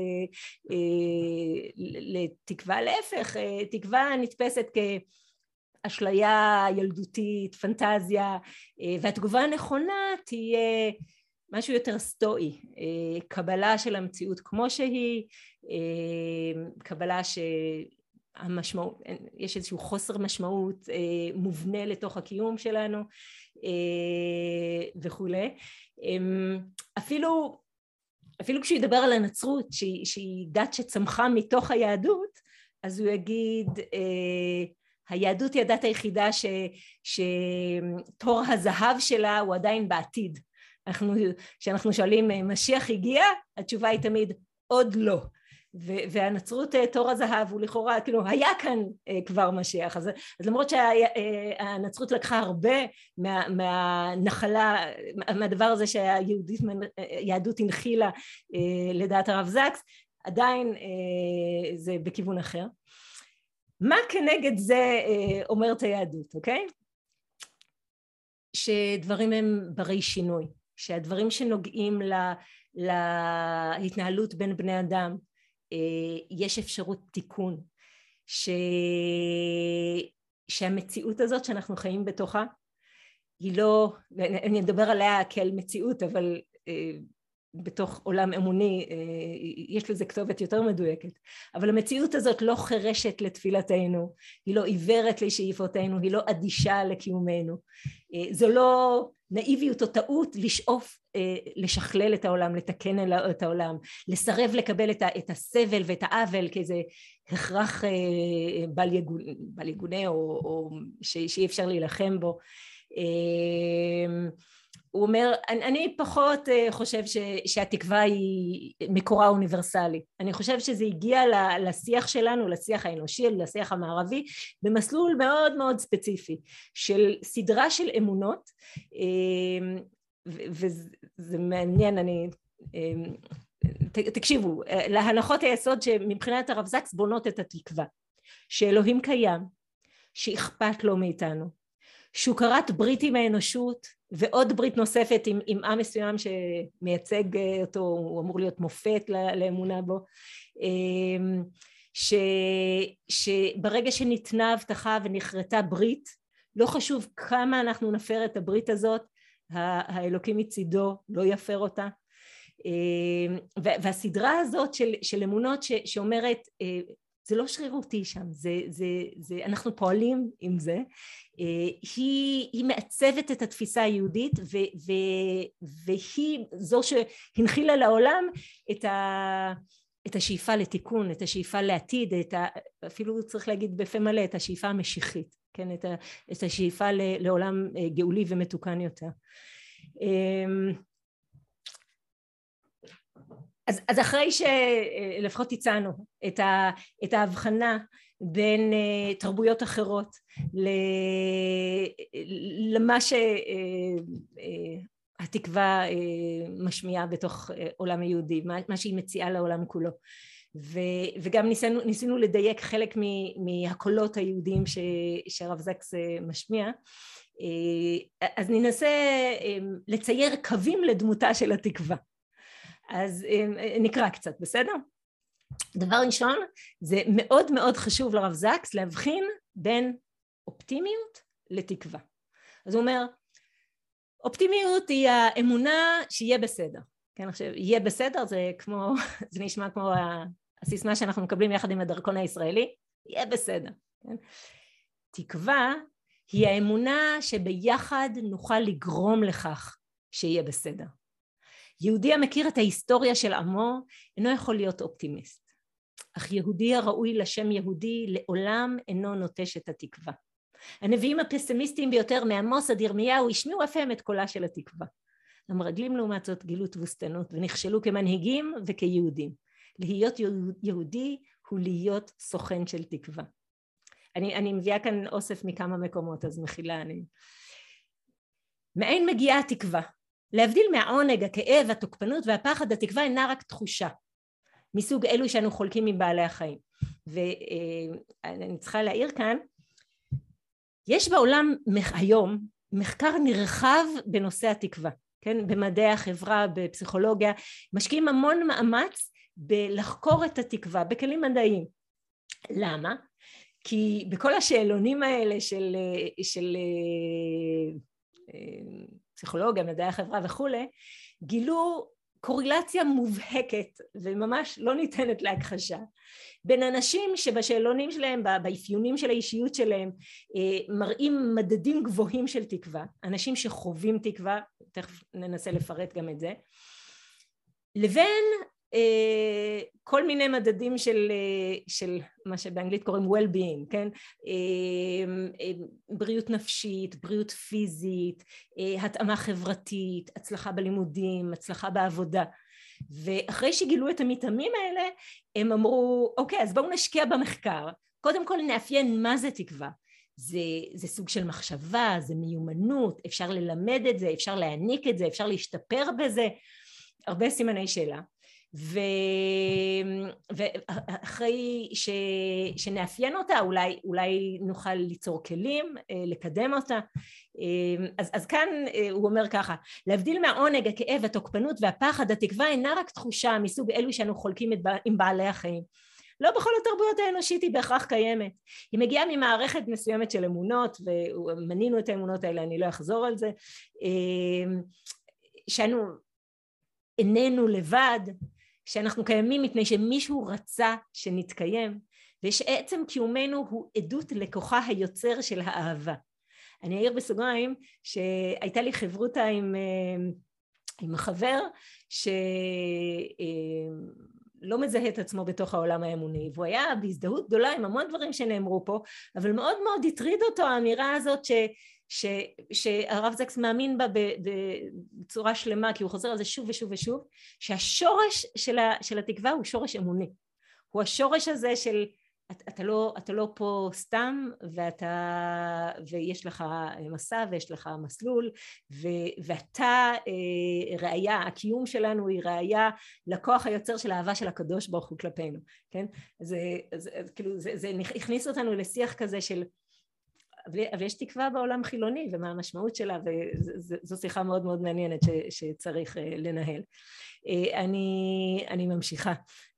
לתקווה, להפך, תקווה נתפסת כאשליה ילדותית, פנטזיה, והתגובה הנכונה תהיה משהו יותר סטואי, קבלה של המציאות כמו שהיא, קבלה ש... המשמעות, יש איזשהו חוסר משמעות אה, מובנה לתוך הקיום שלנו אה, וכולי. אה, אפילו, אפילו כשהוא ידבר על הנצרות שהיא, שהיא דת שצמחה מתוך היהדות, אז הוא יגיד אה, היהדות היא הדת היחידה ש, שתור הזהב שלה הוא עדיין בעתיד. אנחנו, כשאנחנו שואלים משיח הגיע, התשובה היא תמיד עוד לא. והנצרות תור הזהב הוא לכאורה, כאילו היה כאן כבר משיח, אז, אז למרות שהנצרות לקחה הרבה מה, מהנחלה, מהדבר הזה שהיהדות הנחילה לדעת הרב זקס, עדיין זה בכיוון אחר. מה כנגד זה אומרת היהדות, אוקיי? שדברים הם ברי שינוי, שהדברים שנוגעים לה, להתנהלות בין בני אדם, יש אפשרות תיקון, ש... שהמציאות הזאת שאנחנו חיים בתוכה היא לא, אני אדבר עליה כאל מציאות, אבל בתוך עולם אמוני יש לזה כתובת יותר מדויקת, אבל המציאות הזאת לא חרשת לתפילתנו, היא לא עיוורת לשאיפותינו, היא לא אדישה לקיומנו, זו לא נאיביות או טעות לשאוף לשכלל את העולם, לתקן את העולם, לסרב לקבל את הסבל ואת העוול כאיזה הכרח בל יגונה או, או שאי אפשר להילחם בו. הוא אומר, אני, אני פחות חושב ש, שהתקווה היא מקורה אוניברסלי. אני חושב שזה הגיע לשיח שלנו, לשיח האנושי, לשיח המערבי, במסלול מאוד מאוד ספציפי, של סדרה של אמונות, וזה מעניין, אני... תקשיבו, להנחות היסוד שמבחינת הרב זקס בונות את התקווה, שאלוהים קיים, שאכפת לו מאיתנו, שהוא כרת ברית עם האנושות, ועוד ברית נוספת עם, עם עם מסוים שמייצג אותו, הוא אמור להיות מופת לאמונה בו, ש, שברגע שניתנה הבטחה ונחרטה ברית, לא חשוב כמה אנחנו נפר את הברית הזאת, האלוקים מצידו לא יפר אותה, והסדרה הזאת של, של אמונות ש, שאומרת, זה לא שרירותי שם, זה, זה, זה, אנחנו פועלים עם זה, היא, היא מעצבת את התפיסה היהודית, ו, ו, והיא זו שהנחילה לעולם את, ה, את השאיפה לתיקון, את השאיפה לעתיד, את ה, אפילו צריך להגיד בפה מלא, את השאיפה המשיחית, כן? את, ה, את השאיפה לעולם גאולי ומתוקן יותר. אז, אז אחרי שלפחות הצענו את, ה, את ההבחנה בין uh, תרבויות אחרות למה שהתקווה uh, uh, משמיעה בתוך uh, עולם היהודי, מה, מה שהיא מציעה לעולם כולו, ו, וגם ניסינו, ניסינו לדייק חלק מהקולות היהודיים ש, שהרב זקס משמיע, uh, אז ננסה uh, לצייר קווים לדמותה של התקווה. אז נקרא קצת, בסדר? דבר ראשון, זה מאוד מאוד חשוב לרב זקס להבחין בין אופטימיות לתקווה. אז הוא אומר, אופטימיות היא האמונה שיהיה בסדר. כן, עכשיו, יהיה בסדר, זה כמו, זה נשמע כמו הסיסמה שאנחנו מקבלים יחד עם הדרכון הישראלי, יהיה בסדר. כן? תקווה היא האמונה שביחד נוכל לגרום לכך שיהיה בסדר. יהודי המכיר את ההיסטוריה של עמו אינו יכול להיות אופטימיסט, אך יהודי הראוי לשם יהודי לעולם אינו נוטש את התקווה. הנביאים הפסימיסטיים ביותר מעמוס עד ירמיהו השמיעו אף הם את קולה של התקווה. המרגלים לעומת זאת גילו תבוסתנות ונכשלו כמנהיגים וכיהודים. להיות יהודי הוא להיות סוכן של תקווה. אני, אני מביאה כאן אוסף מכמה מקומות, אז מחילה אני. מאין מגיעה התקווה? להבדיל מהעונג, הכאב, התוקפנות והפחד, התקווה אינה רק תחושה, מסוג אלו שאנו חולקים מבעלי החיים. ואני צריכה להעיר כאן, יש בעולם היום מחקר נרחב בנושא התקווה, כן? במדעי החברה, בפסיכולוגיה, משקיעים המון מאמץ בלחקור את התקווה, בכלים מדעיים. למה? כי בכל השאלונים האלה של, של פסיכולוגיה, מדעי החברה וכולי, גילו קורלציה מובהקת וממש לא ניתנת להכחשה בין אנשים שבשאלונים שלהם, באפיונים של האישיות שלהם, מראים מדדים גבוהים של תקווה, אנשים שחווים תקווה, תכף ננסה לפרט גם את זה, לבין כל מיני מדדים של, של מה שבאנגלית קוראים well-being, כן? בריאות נפשית, בריאות פיזית, התאמה חברתית, הצלחה בלימודים, הצלחה בעבודה. ואחרי שגילו את המתאמים האלה, הם אמרו, אוקיי, אז בואו נשקיע במחקר. קודם כל נאפיין מה זה תקווה. זה, זה סוג של מחשבה, זה מיומנות, אפשר ללמד את זה, אפשר להעניק את זה, אפשר להשתפר בזה. הרבה סימני שאלה. ו... ואחרי ש... שנאפיין אותה, אולי, אולי נוכל ליצור כלים, לקדם אותה. אז, אז כאן הוא אומר ככה, להבדיל מהעונג, הכאב, התוקפנות והפחד, התקווה אינה רק תחושה מסוג אלו שאנו חולקים את... עם בעלי החיים. לא בכל התרבויות האנושית היא בהכרח קיימת. היא מגיעה ממערכת מסוימת של אמונות, ומנינו את האמונות האלה, אני לא אחזור על זה, שאנו איננו לבד, שאנחנו קיימים מפני שמישהו רצה שנתקיים, ושעצם קיומנו הוא עדות לכוחה היוצר של האהבה. אני אעיר בסוגריים שהייתה לי חברותה עם, עם החבר שלא מזהה את עצמו בתוך העולם האמוני, והוא היה בהזדהות גדולה עם המון דברים שנאמרו פה, אבל מאוד מאוד הטריד אותו האמירה הזאת ש... ש, שהרב זקס מאמין בה בצורה שלמה, כי הוא חוזר על זה שוב ושוב ושוב, שהשורש של, ה, של התקווה הוא שורש אמוני. הוא השורש הזה של, אתה, אתה, לא, אתה לא פה סתם, ואתה, ויש לך מסע ויש לך מסלול, ו, ואתה אה, ראיה, הקיום שלנו היא ראיה לכוח היוצר של האהבה של הקדוש ברוך הוא כלפינו. כן? אז, אז, אז כאילו, זה, זה הכניס אותנו לשיח כזה של, אבל יש תקווה בעולם חילוני ומה המשמעות שלה, וזו שיחה מאוד מאוד מעניינת ש, שצריך לנהל. אני, אני ממשיכה.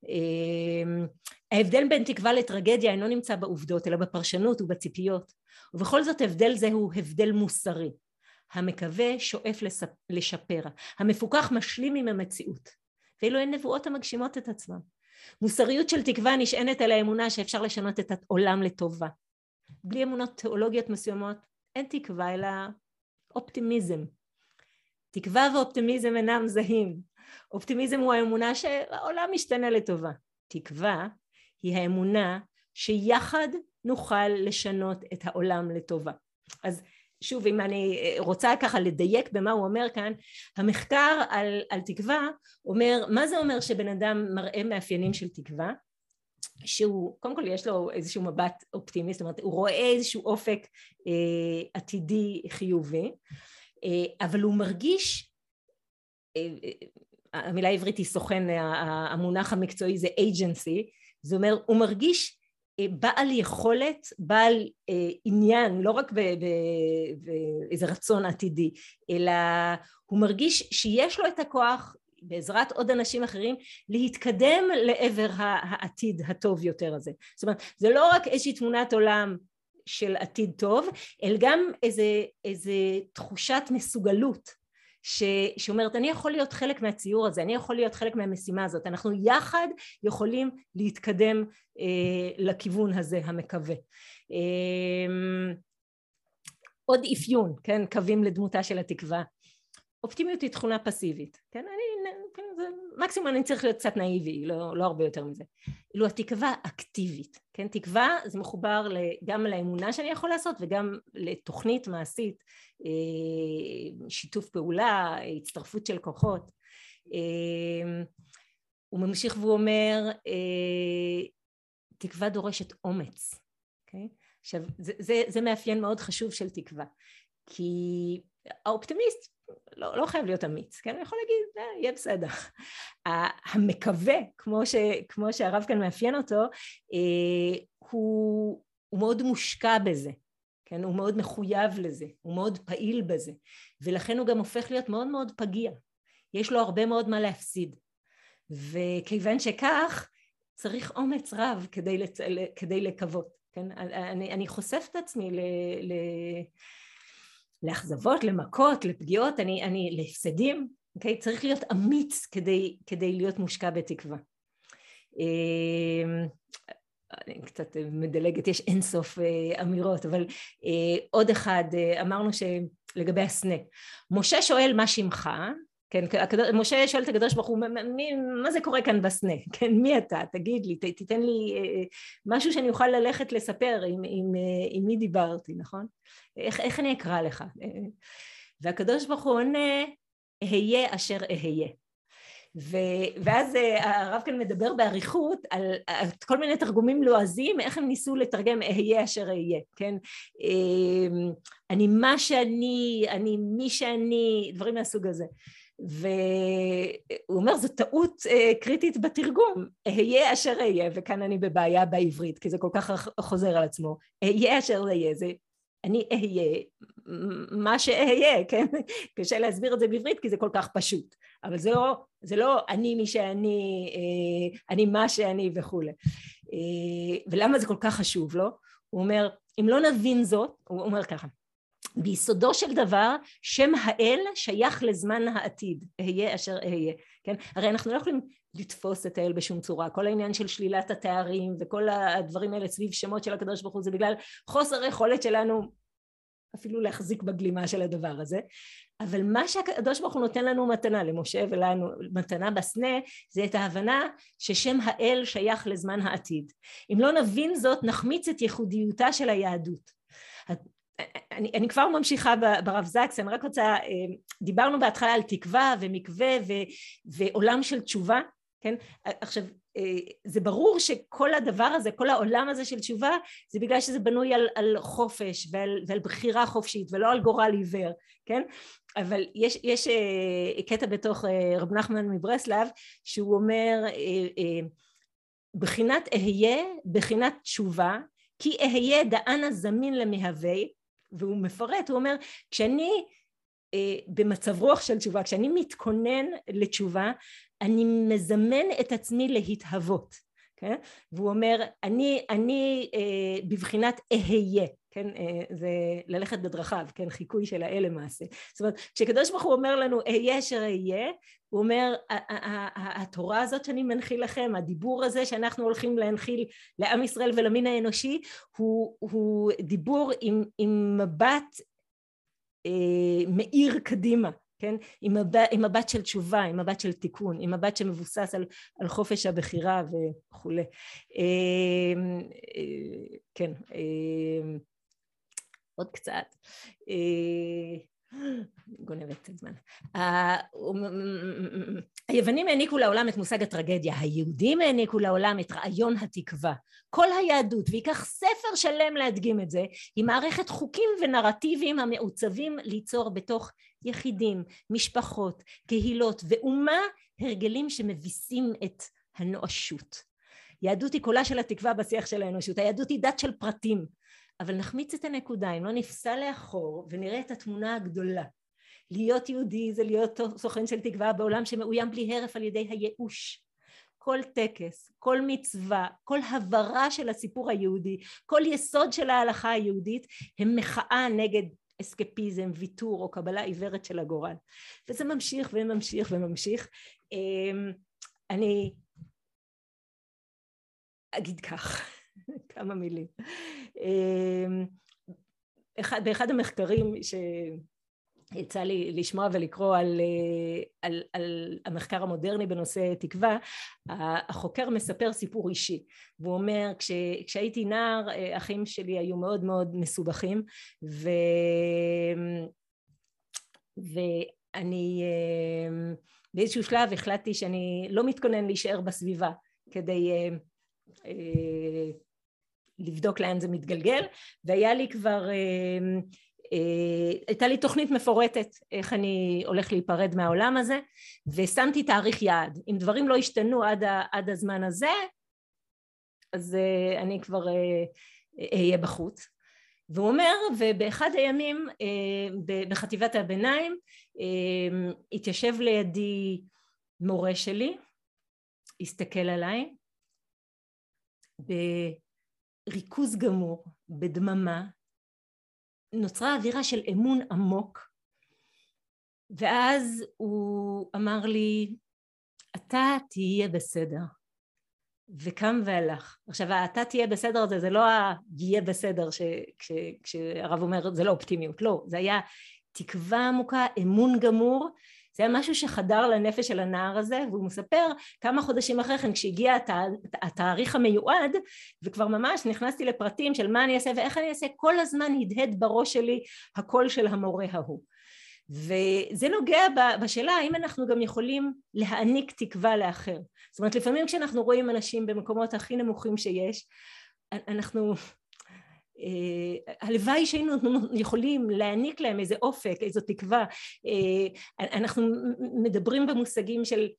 ההבדל בין תקווה לטרגדיה אינו נמצא בעובדות, אלא בפרשנות ובציפיות, ובכל זאת הבדל זה הוא הבדל מוסרי. המקווה שואף לשפר, המפוקח משלים עם המציאות, ואילו הן נבואות המגשימות את עצמם. מוסריות של תקווה נשענת על האמונה שאפשר לשנות את העולם לטובה. בלי אמונות תיאולוגיות מסוימות אין תקווה אלא אופטימיזם. תקווה ואופטימיזם אינם זהים. אופטימיזם הוא האמונה שהעולם משתנה לטובה. תקווה היא האמונה שיחד נוכל לשנות את העולם לטובה. אז שוב, אם אני רוצה ככה לדייק במה הוא אומר כאן, המחקר על, על תקווה אומר, מה זה אומר שבן אדם מראה מאפיינים של תקווה? שהוא, קודם כל יש לו איזשהו מבט אופטימי, זאת אומרת, הוא רואה איזשהו אופק אה, עתידי חיובי, אה, אבל הוא מרגיש, אה, המילה העברית היא סוכן, המונח המקצועי זה agency, זאת אומרת, הוא מרגיש אה, בעל יכולת, בעל אה, עניין, לא רק באיזה רצון עתידי, אלא הוא מרגיש שיש לו את הכוח, בעזרת עוד אנשים אחרים, להתקדם לעבר העתיד הטוב יותר הזה. זאת אומרת, זה לא רק איזושהי תמונת עולם של עתיד טוב, אלא גם איזה, איזה תחושת מסוגלות, ש, שאומרת, אני יכול להיות חלק מהציור הזה, אני יכול להיות חלק מהמשימה הזאת, אנחנו יחד יכולים להתקדם אה, לכיוון הזה המקווה. אה, עוד אפיון, כן, קווים לדמותה של התקווה. אופטימיות היא תכונה פסיבית, כן, אני, זה, מקסימום אני צריך להיות קצת נאיבי, לא, לא הרבה יותר מזה. אילו התקווה אקטיבית, כן, תקווה זה מחובר גם לאמונה שאני יכול לעשות וגם לתוכנית מעשית, שיתוף פעולה, הצטרפות של כוחות. הוא ממשיך והוא אומר, תקווה דורשת אומץ, אוקיי? עכשיו, זה, זה, זה מאפיין מאוד חשוב של תקווה, כי האופטימיסט לא, לא חייב להיות אמיץ, כן? הוא יכול להגיד, אה, יהיה בסדר. המקווה, כמו, ש, כמו שהרב כאן מאפיין אותו, אה, הוא, הוא מאוד מושקע בזה, כן? הוא מאוד מחויב לזה, הוא מאוד פעיל בזה, ולכן הוא גם הופך להיות מאוד מאוד פגיע. יש לו הרבה מאוד מה להפסיד, וכיוון שכך, צריך אומץ רב כדי, לצ... כדי לקוות, כן? אני, אני חושף את עצמי ל... ל... לאכזבות, למכות, לפגיעות, אני, אני, להפסדים, אוקיי? צריך להיות אמיץ כדי, כדי להיות מושקע בתקווה. אני קצת מדלגת, יש אינסוף אמירות, אבל עוד אחד, אמרנו שלגבי הסנה, משה שואל מה שמך, כן, משה שואל את הקדוש ברוך הוא, מי, מה זה קורה כאן בסנה? כן, מי אתה? תגיד לי, ת, תיתן לי משהו שאני אוכל ללכת לספר עם, עם, עם מי דיברתי, נכון? איך, איך אני אקרא לך? והקדוש ברוך הוא עונה, אהיה אשר אהיה. ו, ואז הרב כאן מדבר בעריכות על, על כל מיני תרגומים לועזים, איך הם ניסו לתרגם אהיה אשר אהיה, כן? אני מה שאני, אני מי שאני, דברים מהסוג הזה. והוא אומר, זו טעות קריטית בתרגום, אהיה אשר אהיה, וכאן אני בבעיה בעברית, כי זה כל כך חוזר על עצמו, אהיה אשר אהיה, זה אני אהיה מה שאהיה, כן? קשה להסביר את זה בעברית כי זה כל כך פשוט, אבל זה לא, זה לא אני מי שאני, אני מה שאני וכו'. ולמה זה כל כך חשוב לו? הוא אומר, אם לא נבין זאת, הוא אומר ככה, ביסודו של דבר, שם האל שייך לזמן העתיד, אהיה אשר אהיה, כן? הרי אנחנו לא יכולים לתפוס את האל בשום צורה, כל העניין של שלילת התארים וכל הדברים האלה סביב שמות של הקדוש ברוך הוא, זה בגלל חוסר יכולת שלנו אפילו להחזיק בגלימה של הדבר הזה, אבל מה שהקדוש ברוך הוא נותן לנו מתנה, למשה ולנו מתנה בסנה, זה את ההבנה ששם האל שייך לזמן העתיד. אם לא נבין זאת, נחמיץ את ייחודיותה של היהדות. אני, אני כבר ממשיכה ברב זקס, אני רק רוצה, דיברנו בהתחלה על תקווה ומקווה ו, ועולם של תשובה, כן? עכשיו, זה ברור שכל הדבר הזה, כל העולם הזה של תשובה, זה בגלל שזה בנוי על, על חופש ועל, ועל בחירה חופשית ולא על גורל עיוור, כן? אבל יש, יש קטע בתוך רב נחמן מברסלב, שהוא אומר, בחינת אהיה, בחינת תשובה, כי אהיה דען הזמין למהווה, והוא מפרט, הוא אומר, כשאני אה, במצב רוח של תשובה, כשאני מתכונן לתשובה, אני מזמן את עצמי להתהוות, כן? והוא אומר, אני, אני אה, בבחינת אהיה, כן? אה, זה ללכת בדרכיו, כן? חיקוי של האל למעשה. זאת אומרת, כשקדוש ברוך הוא אומר לנו, אהיה אשר אהיה, הוא אומר, התורה הזאת שאני מנחיל לכם, הדיבור הזה שאנחנו הולכים להנחיל לעם ישראל ולמין האנושי, הוא, הוא דיבור עם, עם מבט אה, מאיר קדימה, כן? עם מבט, עם מבט של תשובה, עם מבט של תיקון, עם מבט שמבוסס על, על חופש הבחירה וכו'. אה, אה, כן, אה, עוד קצת. אה, גונבת קצת זמן. היוונים העניקו לעולם את מושג הטרגדיה, היהודים העניקו לעולם את רעיון התקווה. כל היהדות, ויקח ספר שלם להדגים את זה, היא מערכת חוקים ונרטיבים המעוצבים ליצור בתוך יחידים, משפחות, קהילות ואומה, הרגלים שמביסים את הנואשות. יהדות היא קולה של התקווה בשיח של האנושות, היהדות היא דת של פרטים, אבל נחמיץ את הנקודה, אם לא נפסע לאחור ונראה את התמונה הגדולה. להיות יהודי זה להיות סוכן של תקווה בעולם שמאוים בלי הרף על ידי הייאוש. כל טקס, כל מצווה, כל הברה של הסיפור היהודי, כל יסוד של ההלכה היהודית, הם מחאה נגד אסקפיזם, ויתור או קבלה עיוורת של הגורל. וזה ממשיך וממשיך וממשיך. אני אגיד כך, כמה מילים. באחד המחקרים שיצא לי לשמוע ולקרוא על, על, על המחקר המודרני בנושא תקווה, החוקר מספר סיפור אישי, והוא אומר, כש, כשהייתי נער, אחים שלי היו מאוד מאוד מסובכים, ו, ואני באיזשהו שלב החלטתי שאני לא מתכונן להישאר בסביבה, כדי לבדוק לאן זה מתגלגל, והיה לי כבר, הייתה לי תוכנית מפורטת איך אני הולך להיפרד מהעולם הזה, ושמתי תאריך יעד. אם דברים לא השתנו עד, עד הזמן הזה, אז אני כבר אהיה בחוץ. והוא אומר, ובאחד הימים בחטיבת הביניים, התיישב לידי מורה שלי, הסתכל עליי, בריכוז גמור, בדממה, נוצרה אווירה של אמון עמוק, ואז הוא אמר לי, אתה תהיה בסדר, וקם והלך. עכשיו, אתה תהיה בסדר הזה, זה לא יהיה בסדר, כשהרב אומר, זה לא אופטימיות, לא, זה היה תקווה עמוקה, אמון גמור, זה היה משהו שחדר לנפש של הנער הזה, והוא מספר כמה חודשים אחרי כן, כשהגיע התאריך המיועד, וכבר ממש נכנסתי לפרטים של מה אני אעשה ואיך אני אעשה, כל הזמן הדהד בראש שלי הקול של המורה ההוא. וזה נוגע בשאלה האם אנחנו גם יכולים להעניק תקווה לאחר. זאת אומרת, לפעמים כשאנחנו רואים אנשים במקומות הכי נמוכים שיש, אנחנו... הלוואי שהיינו יכולים להעניק להם איזה אופק, איזו תקווה. אנחנו מדברים במושגים של,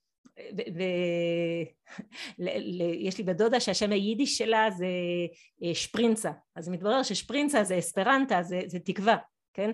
יש לי בדודה שהשם היידיש שלה זה שפרינצה, אז מתברר ששפרינצה זה אספרנטה, זה תקווה, כן?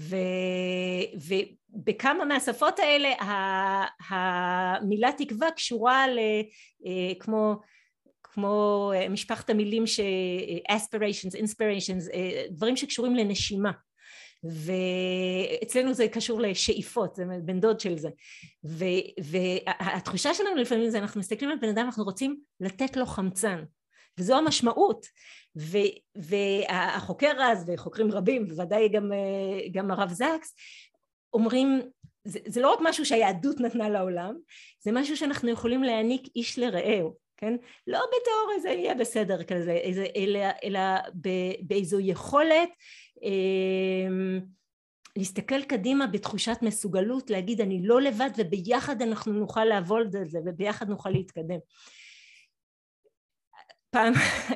ובכמה מהשפות האלה המילה תקווה קשורה כמו כמו משפחת המילים ש... aspirations, inspirations, דברים שקשורים לנשימה, ואצלנו זה קשור לשאיפות, זה בן דוד של זה, ו... והתחושה שלנו לפעמים זה, אנחנו מסתכלים על בן אדם, אנחנו רוצים לתת לו חמצן, וזו המשמעות, ו... והחוקר אז, וחוקרים רבים, בוודאי גם, גם הרב זקס, אומרים, זה, זה לא רק משהו שהיהדות נתנה לעולם, זה משהו שאנחנו יכולים להעניק איש לרעהו, כן? לא בתיאוריה איזה יהיה בסדר כזה, איזה, אלא, אלא באיזו יכולת אה, להסתכל קדימה בתחושת מסוגלות, להגיד אני לא לבד וביחד אנחנו נוכל לעבוד על זה וביחד נוכל להתקדם. פעם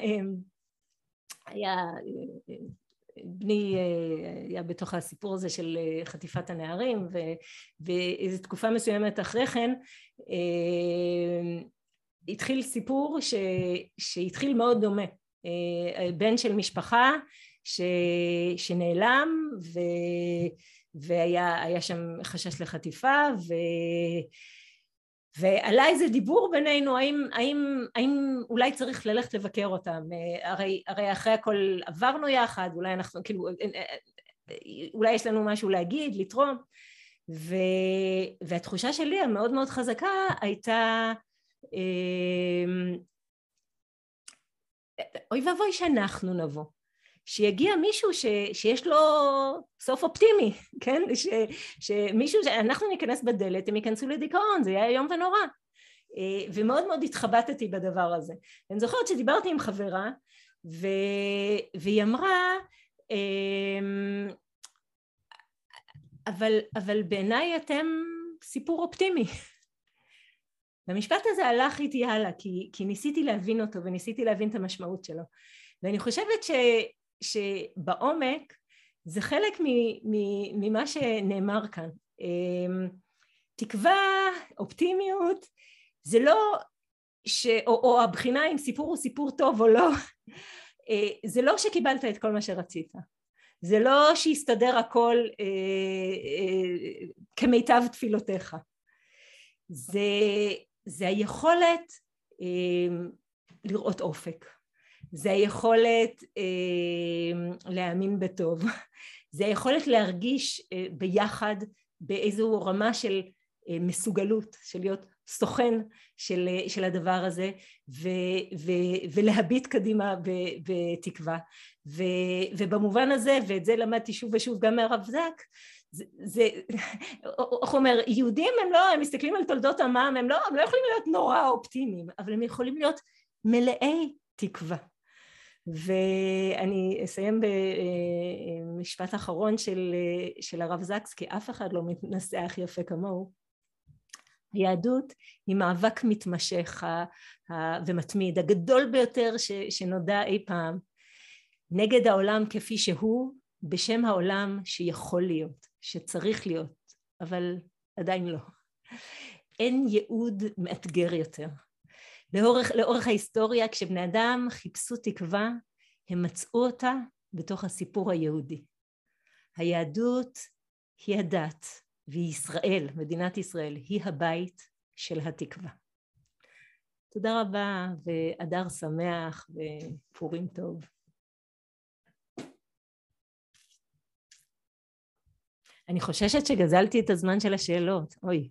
היה, בני היה בתוך הסיפור הזה של חטיפת הנערים, ואיזו תקופה מסוימת אחרי כן, התחיל סיפור ש... שהתחיל מאוד דומה, בן של משפחה ש... שנעלם ו... והיה היה שם חשש לחטיפה ו... ועלה איזה דיבור בינינו האם, האם, האם אולי צריך ללכת לבקר אותם, הרי, הרי אחרי הכל עברנו יחד, אולי אנחנו כאילו אולי יש לנו משהו להגיד, לתרום, ו... והתחושה שלי המאוד מאוד חזקה הייתה אוי ואבוי שאנחנו נבוא, שיגיע מישהו ש, שיש לו סוף אופטימי, כן? ש, שמישהו, שאנחנו ניכנס בדלת, הם ייכנסו לדיכאון, זה היה איום ונורא. ומאוד מאוד התחבטתי בדבר הזה. אני זוכרת שדיברתי עם חברה, ו, והיא אמרה, אבל, אבל בעיניי אתם סיפור אופטימי. והמשפט הזה הלך איתי הלאה, כי, כי ניסיתי להבין אותו וניסיתי להבין את המשמעות שלו. ואני חושבת ש, שבעומק זה חלק מ, מ, ממה שנאמר כאן. תקווה, אופטימיות, זה לא, ש, או, או הבחינה אם סיפור הוא סיפור טוב או לא, זה לא שקיבלת את כל מה שרצית. זה לא שיסתדר הכל אה, אה, כמיטב תפילותיך. זה, זה היכולת לראות אופק, זה היכולת להאמין בטוב, זה היכולת להרגיש ביחד באיזו רמה של מסוגלות, של להיות סוכן של, של הדבר הזה, ו, ו, ולהביט קדימה בתקווה. ו, ובמובן הזה, ואת זה למדתי שוב ושוב גם מהרב זק, זה, זה, איך אומר, יהודים הם לא, הם מסתכלים על תולדות עמם, הם לא, הם לא יכולים להיות נורא אופטימיים, אבל הם יכולים להיות מלאי תקווה. ואני אסיים במשפט האחרון של, של הרב זקס, כי אף אחד לא מתנסח יפה כמוהו. היהדות היא מאבק מתמשך ומתמיד, הגדול ביותר ש, שנודע אי פעם, נגד העולם כפי שהוא, בשם העולם שיכול להיות, שצריך להיות, אבל עדיין לא. אין ייעוד מאתגר יותר. לאורך, לאורך ההיסטוריה, כשבני אדם חיפשו תקווה, הם מצאו אותה בתוך הסיפור היהודי. היהדות היא הדת, והיא ישראל, מדינת ישראל, היא הבית של התקווה. תודה רבה, ואדר שמח, ופורים טוב. אני חוששת שגזלתי את הזמן של השאלות, אוי.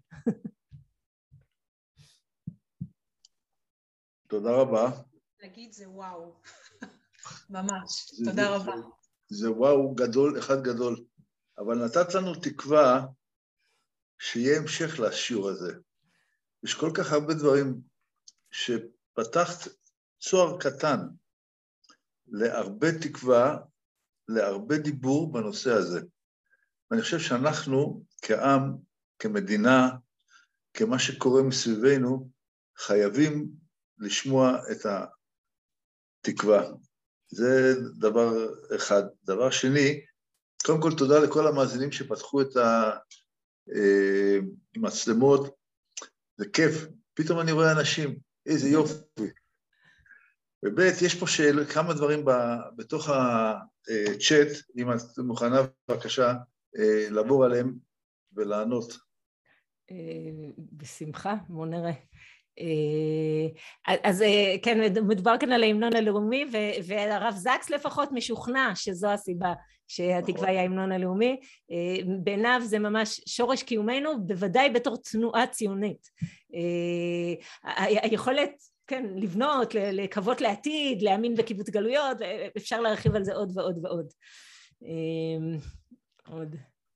תודה רבה. להגיד זה וואו, ממש, תודה רבה. זה וואו גדול, אחד גדול, אבל נתת לנו תקווה שיהיה המשך לשיעור הזה. יש כל כך הרבה דברים שפתחת צוהר קטן להרבה תקווה, להרבה דיבור בנושא הזה. ואני חושב שאנחנו כעם, כמדינה, כמה שקורה מסביבנו, חייבים לשמוע את התקווה. זה דבר אחד. דבר שני, קודם כל תודה לכל המאזינים שפתחו את המצלמות, זה כיף, פתאום אני רואה אנשים, איזה יופי. ובית, יש פה שאלה, כמה דברים בתוך הצ'אט, אם את מוכנה בבקשה לעבור עליהם ולענות. בשמחה, בוא נראה. אז כן, מדובר כאן על ההמנון הלאומי, והרב זקס לפחות משוכנע שזו הסיבה שהתקווה היא ההמנון הלאומי. בעיניו זה ממש שורש קיומנו, בוודאי בתור תנועה ציונית. היכולת, כן, לבנות, לקוות לעתיד, להאמין בקיבוץ גלויות, אפשר להרחיב על זה עוד ועוד ועוד. עוד.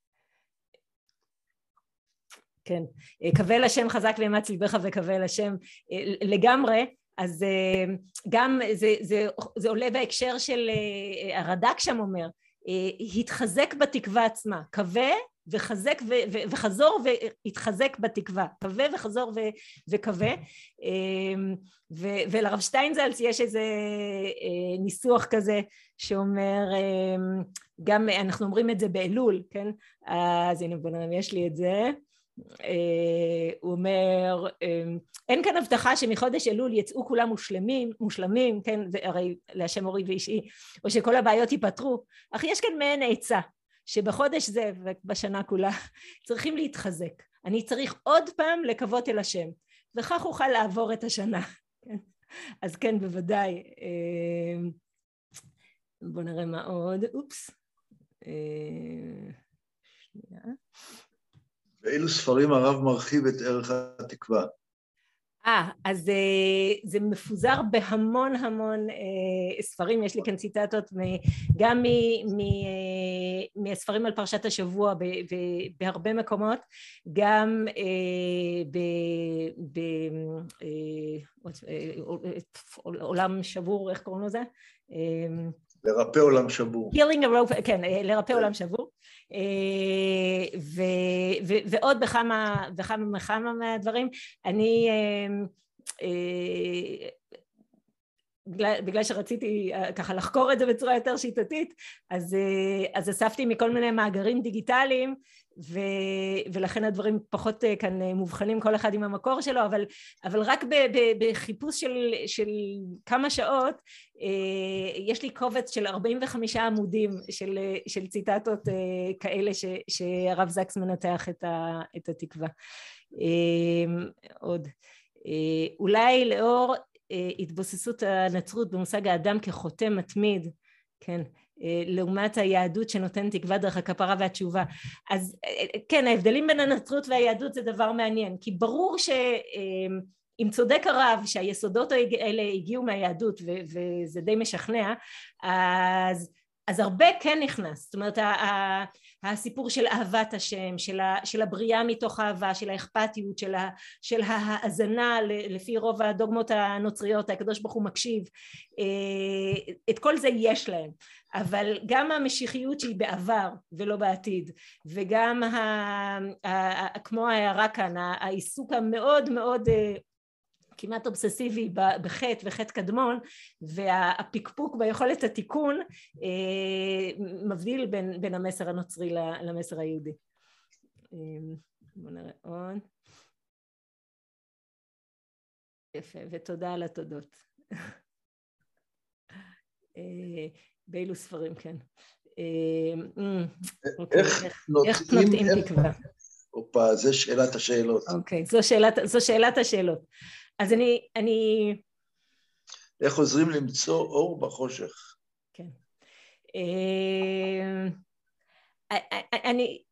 כן, קבל השם חזק ואמץ ליבך וקבל השם לגמרי, אז גם זה, זה, זה עולה בהקשר של הרד"ק שם אומר, התחזק בתקווה עצמה, קווה וחזק ו, ו, וחזור והתחזק בתקווה, קווה וחזור ו, וקווה, ו, ולרב שטיינזלץ יש איזה ניסוח כזה שאומר, גם אנחנו אומרים את זה באלול, כן, אז הנה בוא נראה, יש לי את זה, הוא אומר, אין כאן הבטחה שמחודש אלול יצאו כולם מושלמים, מושלמים, כן, הרי להשם אורי ואישי, או שכל הבעיות ייפתרו, אך יש כאן מעין עצה, שבחודש זה ובשנה כולה צריכים להתחזק, אני צריך עוד פעם לקוות אל השם, וכך אוכל לעבור את השנה, כן? אז כן, בוודאי, בוא נראה מה עוד, אופס, שנייה, ואילו ספרים הרב מרחיב את ערך התקווה? אה, אז זה מפוזר בהמון המון ספרים, יש לי כאן ציטטות גם מהספרים על פרשת השבוע בהרבה מקומות, גם בעולם שבור, איך קוראים לזה? לרפא עולם שבור. כן, לרפא עולם שבור. ועוד בכמה וכמה וכמה מהדברים. אני, בגלל שרציתי ככה לחקור את זה בצורה יותר שיטתית, אז, אז אספתי מכל מיני מאגרים דיגיטליים, ו, ולכן הדברים פחות כאן מובחנים כל אחד עם המקור שלו, אבל, אבל רק ב, ב, בחיפוש של, של כמה שעות, יש לי קובץ של ארבעים וחמישה עמודים של, של ציטטות כאלה ש, שהרב זקס מנתח את, ה, את התקווה. עוד. אולי לאור התבוססות הנצרות במושג האדם כחותם מתמיד, כן, לעומת היהדות שנותן תקווה דרך הכפרה והתשובה. אז כן, ההבדלים בין הנצרות והיהדות זה דבר מעניין, כי ברור שאם צודק הרב שהיסודות האלה הגיעו מהיהדות וזה די משכנע, אז אז הרבה כן נכנס, זאת אומרת הסיפור של אהבת השם, של, ה, של הבריאה מתוך אהבה, של האכפתיות, של, ה, של ההאזנה לפי רוב הדוגמות הנוצריות, הקדוש ברוך הוא מקשיב, את כל זה יש להם, אבל גם המשיחיות שהיא בעבר ולא בעתיד, וגם ה, ה, כמו ההערה כאן, העיסוק המאוד מאוד כמעט אובססיבי בחטא וחטא קדמון, והפיקפוק ביכולת התיקון מבדיל בין, בין המסר הנוצרי למסר היהודי. בוא נראה עוד. יפה, ותודה על התודות. באילו ספרים, כן. איך נוטעים תקווה? אופה, זה שאלת השאלות. אוקיי, זו שאלת השאלות. אז אני, אני... איך עוזרים למצוא אור בחושך? כן. אני...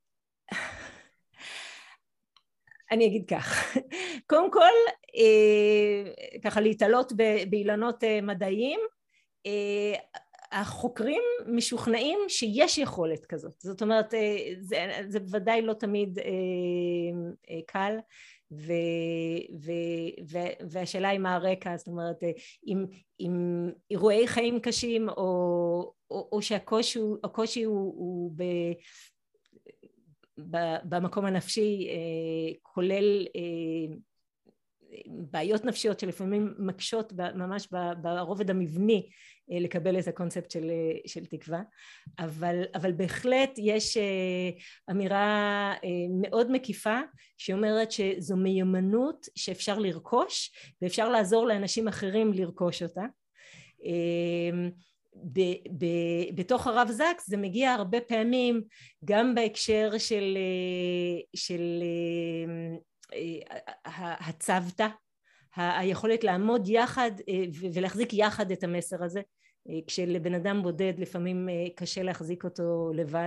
אני אגיד כך. קודם כל, ככה להתעלות באילנות מדעיים, החוקרים משוכנעים שיש יכולת כזאת. זאת אומרת, זה, זה בוודאי לא תמיד קל, ו, ו, ו, והשאלה היא מה הרקע, זאת אומרת, עם, עם אירועי חיים קשים, או, או, או שהקושי הקושי הוא, הוא ב, ב, במקום הנפשי, כולל בעיות נפשיות שלפעמים מקשות ממש ברובד המבני לקבל את הקונספט של, של תקווה, אבל, אבל בהחלט יש אמירה מאוד מקיפה שאומרת שזו מיומנות שאפשר לרכוש ואפשר לעזור לאנשים אחרים לרכוש אותה. ב, ב, בתוך הרב זקס זה מגיע הרבה פעמים גם בהקשר של, של הצוותא, היכולת לעמוד יחד ולהחזיק יחד את המסר הזה, כשלבן אדם בודד לפעמים קשה להחזיק אותו לבד.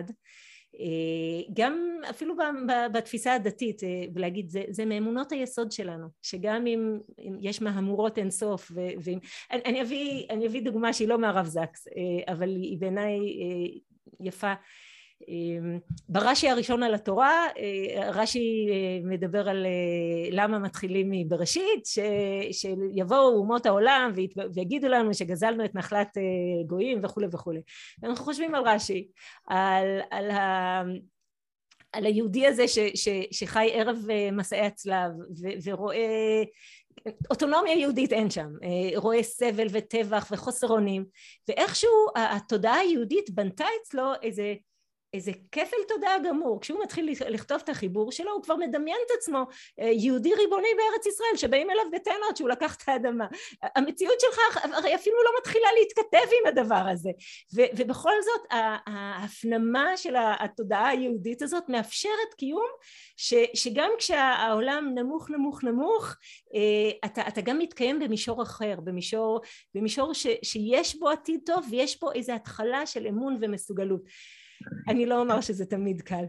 גם אפילו בתפיסה הדתית, ולהגיד זה, זה מאמונות היסוד שלנו, שגם אם, אם יש מהמורות אינסוף, ואם, אני אביא, אני אביא דוגמה שהיא לא מהרב זקס, אבל היא בעיניי יפה. ברש"י הראשון על התורה, רש"י מדבר על למה מתחילים מבראשית, שיבואו אומות העולם ויגידו לנו שגזלנו את נחלת גויים וכו' וכו'. אנחנו חושבים על רש"י, על, על, ה, על היהודי הזה ש, ש, שחי ערב מסעי הצלב ו, ורואה אוטונומיה יהודית אין שם, רואה סבל וטבח וחוסר אונים, ואיכשהו התודעה היהודית בנתה אצלו איזה איזה כפל תודעה גמור. כשהוא מתחיל לכתוב את החיבור שלו, הוא כבר מדמיין את עצמו יהודי ריבוני בארץ ישראל, שבאים אליו בטענות שהוא לקח את האדמה. המציאות שלך הרי אפילו לא מתחילה להתכתב עם הדבר הזה. ו- ובכל זאת, ההפנמה של התודעה היהודית הזאת מאפשרת קיום, ש- שגם כשהעולם נמוך, נמוך, נמוך, אתה, אתה גם מתקיים במישור אחר, במישור, במישור ש- שיש בו עתיד טוב, ויש בו איזו התחלה של אמון ומסוגלות. אני לא אומר שזה תמיד קל.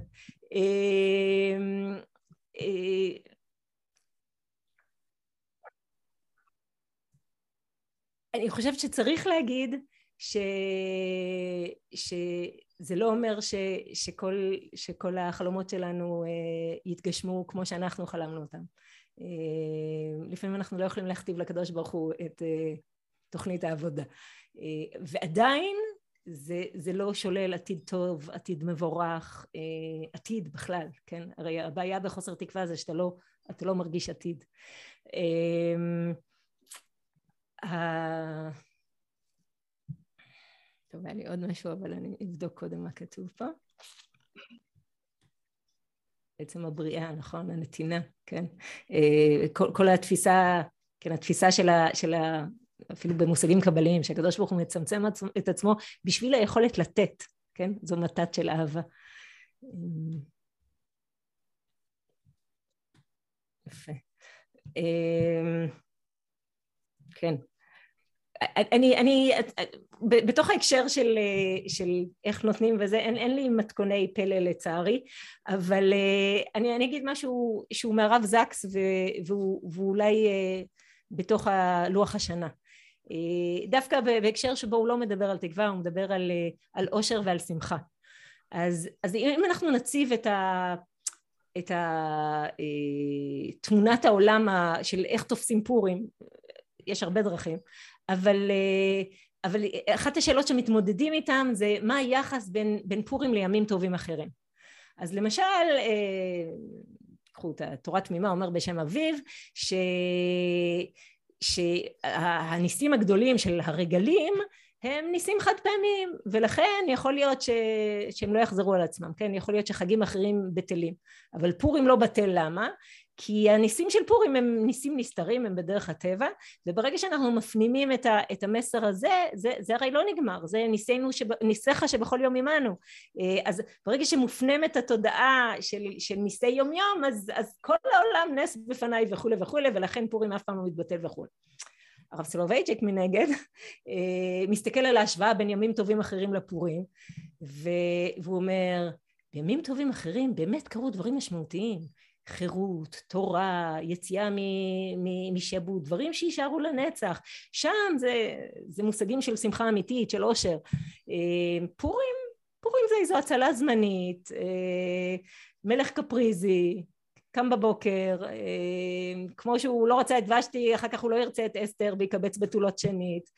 אני חושבת שצריך להגיד ש... שזה לא אומר ש... שכל... שכל החלומות שלנו יתגשמו כמו שאנחנו חלמנו אותם. לפעמים אנחנו לא יכולים להכתיב לקדוש ברוך הוא את תוכנית העבודה. ועדיין זה, זה לא שולל עתיד טוב, עתיד מבורך, עתיד בכלל, כן? הרי הבעיה בחוסר תקווה זה שאתה לא, אתה לא מרגיש עתיד. טוב, היה לי עוד משהו, אבל אני אבדוק קודם מה כתוב פה. בעצם הבריאה, נכון? הנתינה, כן? כל, כל התפיסה, כן, התפיסה של ה... של ה אפילו במושגים קבליים, שהקדוש ברוך הוא מצמצם את עצמו בשביל היכולת לתת, כן? זו מתת של אהבה. יפה. כן. אני, אני, בתוך ההקשר של, של איך נותנים וזה, אין, אין לי מתכוני פלא לצערי, אבל אני, אני אגיד משהו שהוא מהרב זקס והוא, ואולי בתוך הלוח השנה. דווקא בהקשר שבו הוא לא מדבר על תקווה, הוא מדבר על, על אושר ועל שמחה. אז, אז אם אנחנו נציב את ה... את תמונת העולם של איך תופסים פורים, יש הרבה דרכים, אבל, אבל אחת השאלות שמתמודדים איתם זה מה היחס בין, בין פורים לימים טובים אחרים. אז למשל, קחו את התורה תמימה, אומר בשם אביו, ש, שהניסים הגדולים של הרגלים, הם ניסים חד פעמים, ולכן יכול להיות ש... שהם לא יחזרו על עצמם, כן? יכול להיות שחגים אחרים בטלים, אבל פורים לא בטל, למה? כי הניסים של פורים הם ניסים נסתרים, הם בדרך הטבע, וברגע שאנחנו מפנימים את, ה... את המסר הזה, זה, זה הרי לא נגמר, זה ניסינו שב... ניסיך שבכל יום עמנו, אז ברגע שמופנמת התודעה של, של ניסי יום יום, אז, אז כל העולם נס בפניי וכו' וכו', ולכן פורים אף פעם לא מתבטל וכו'. הרב סולובייצ'יק מנגד מסתכל על ההשוואה בין ימים טובים אחרים לפורים, והוא אומר, בימים טובים אחרים באמת קרו דברים משמעותיים, חירות, תורה, יציאה משעבוד, דברים שישארו לנצח. שם זה, זה מושגים של שמחה אמיתית, של אושר. פורים, פורים זה איזו הצלה זמנית, מלך קפריזי, קם בבוקר, כמו שהוא לא רצה את ושתי, אחר כך הוא לא ירצה את אסתר ויקבץ בתולות שנית.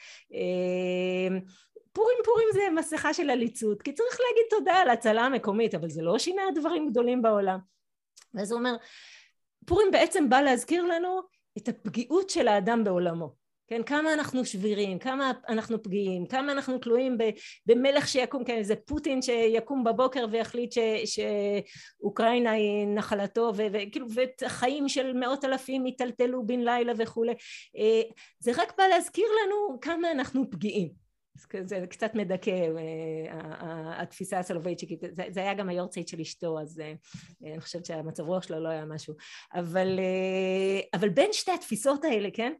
פורים פורים זה מסכה של עליצות, כי צריך להגיד תודה על הצלה המקומית, אבל זה לא שינה דברים גדולים בעולם. ואז הוא אומר, פורים בעצם בא להזכיר לנו את הפגיעות של האדם בעולמו. כן, כמה אנחנו שבירים, כמה אנחנו פגיעים, כמה אנחנו תלויים במלך שיקום, כן, איזה פוטין שיקום בבוקר ויחליט ש, שאוקראינה היא נחלתו, וכאילו, וחיים של מאות אלפים יטלטלו בן לילה וכו'. זה רק בא להזכיר לנו כמה אנחנו פגיעים. זה קצת מדכא, התפיסה הסולובייצ'יקית, זה היה גם היורצייט של אשתו, אז אני חושבת שהמצב רוח שלו לא היה משהו. אבל, אבל בין שתי התפיסות האלה, כן?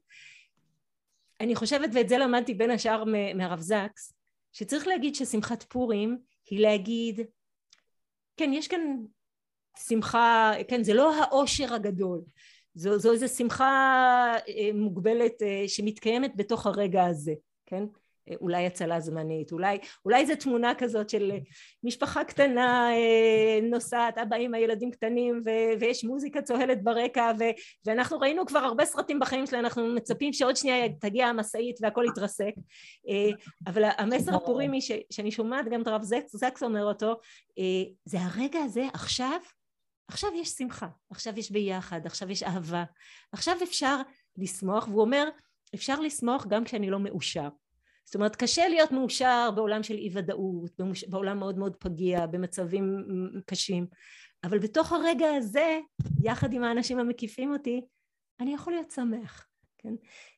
אני חושבת, ואת זה למדתי בין השאר מהרב זקס, שצריך להגיד ששמחת פורים היא להגיד, כן, יש כאן שמחה, כן, זה לא האושר הגדול, זו, זו איזו שמחה מוגבלת שמתקיימת בתוך הרגע הזה, כן? אולי הצלה זמנית, אולי, אולי זו תמונה כזאת של משפחה קטנה נוסעת, אבא עם הילדים קטנים ו- ויש מוזיקה צוהלת ברקע ו- ואנחנו ראינו כבר הרבה סרטים בחיים שלנו, אנחנו מצפים שעוד שנייה תגיע המשאית והכל יתרסק, אבל המסר הפורימי ש- שאני שומעת גם את הרב זקס, זקס אומר אותו, זה הרגע הזה עכשיו, עכשיו יש שמחה, עכשיו יש ביחד, עכשיו יש אהבה, עכשיו אפשר לשמוח, והוא אומר אפשר לשמוח גם כשאני לא מאושר. זאת אומרת, קשה להיות מאושר בעולם של אי ודאות, בעולם מאוד מאוד פגיע, במצבים קשים, אבל בתוך הרגע הזה, יחד עם האנשים המקיפים אותי, אני יכול להיות שמח, כן?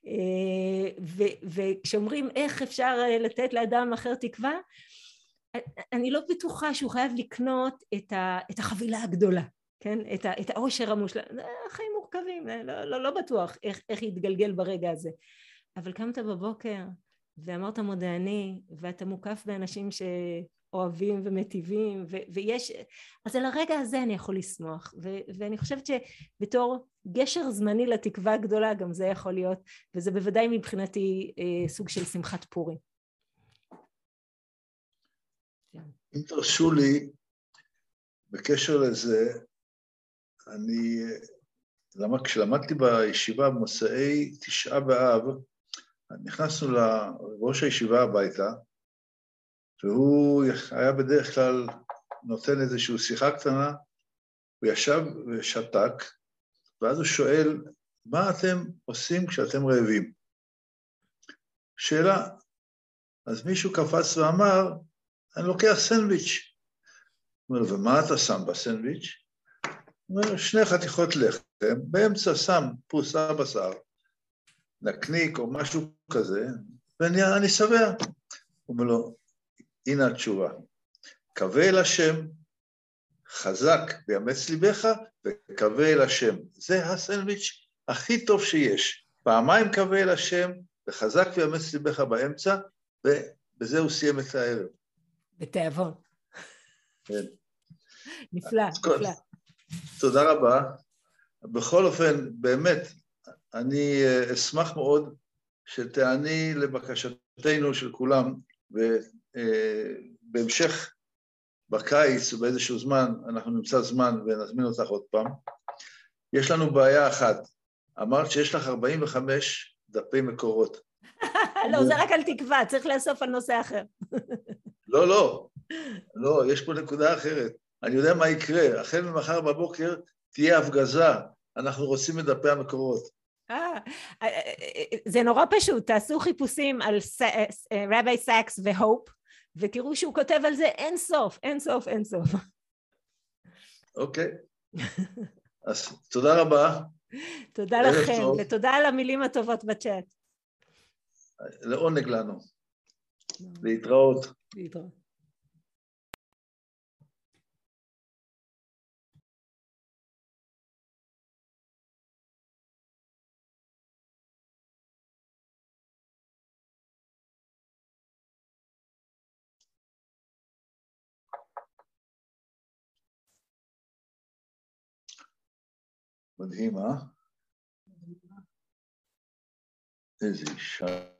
ו- וכשאומרים איך אפשר לתת לאדם אחר תקווה, אני לא בטוחה שהוא חייב לקנות את, ה- את החבילה הגדולה, כן? את, ה- את האושר המושלם, החיים מורכבים, לא, לא, לא בטוח איך, איך יתגלגל ברגע הזה, אבל קמת בבוקר, ואמרת מודה אני, ואתה מוקף באנשים שאוהבים ומטיבים, ו- ויש, אז על הרגע הזה אני יכול לשמוח, ו- ואני חושבת שבתור גשר זמני לתקווה גדולה, גם זה יכול להיות, וזה בוודאי מבחינתי אה, סוג של שמחת פורים. אם תרשו לי, בקשר לזה, אני, למה כשלמדתי בישיבה במוצאי תשעה באב, נכנסנו לראש הישיבה הביתה, והוא היה בדרך כלל נותן איזושהי שיחה קטנה, הוא ישב ושתק, ואז הוא שואל, מה אתם עושים כשאתם רעבים? שאלה, אז מישהו קפץ ואמר, אני לוקח סנדוויץ'. הוא אומר, ומה אתה שם בסנדוויץ'? הוא אומר, שני חתיכות לחם, באמצע שם פרוסה בשר, נקניק או משהו כזה, ואני שבע. הוא אומר לו, הנה התשובה, קווה אל השם, חזק ויאמץ ליבך, וקווה אל השם. זה הסנדוויץ' הכי טוב שיש. פעמיים קווה אל השם, וחזק ויאמץ ליבך באמצע, ובזה הוא סיים את הערב. בתיאבון. כן. נפלא, נפלא. תודה רבה. בכל אופן, באמת, אני אשמח מאוד שתעני לבקשתנו של כולם, ובהמשך בקיץ ובאיזשהו זמן, אנחנו נמצא זמן ונזמין אותך עוד פעם. יש לנו בעיה אחת, אמרת שיש לך ארבעים וחמש דפי מקורות. לא, זה רק על תקווה, צריך לאסוף על נושא אחר. לא, לא, לא, יש פה נקודה אחרת. אני יודע מה יקרה, החל ממחר בבוקר תהיה הפגזה, אנחנו רוצים את דפי המקורות. זה נורא פשוט, תעשו חיפושים על רבי סאקס והופ, ותראו שהוא כותב על זה אין סוף, אין סוף, אין סוף. אוקיי. אז תודה רבה. תודה לכם, ותודה על המילים הטובות בצ'אט. לעונג לנו. להתראות. להתראות. מדהים, אה? איזה אישה.